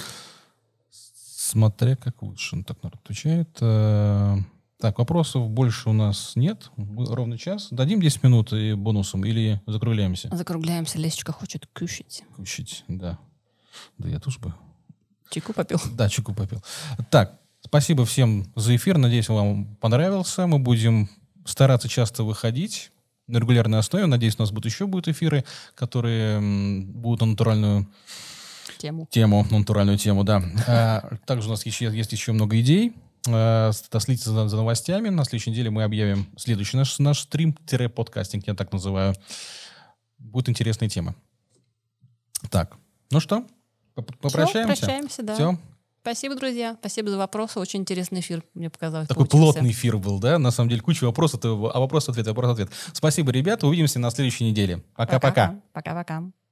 Смотря как лучше. Так, народ отвечает. Так, вопросов больше у нас нет. Ровно час. Дадим 10 минут и бонусом или закругляемся? Закругляемся. Лесечка хочет кушать. Кушать, да. Да я тоже бы. Чайку попил? Да, чайку попил. Так, спасибо всем за эфир. Надеюсь, он вам понравился. Мы будем стараться часто выходить на регулярной основе. Надеюсь, у нас будут эфиры, которые будут на натуральную натуральную тему, да. Также у нас есть еще много идей. Следите за новостями. На следующей неделе мы объявим следующий наш стрим-подкастинг, я так называю. Будет интересная тема. Так, ну что, попрощаемся? Прощаемся, да. Все. Спасибо, друзья. Спасибо за вопросы. Очень интересный эфир, мне показалось. Такой получился. плотный эфир был, да? На самом деле куча вопросов, а вопрос-ответ, вопрос-ответ. Спасибо, ребята. Увидимся на следующей неделе. Пока-пока. Пока-пока.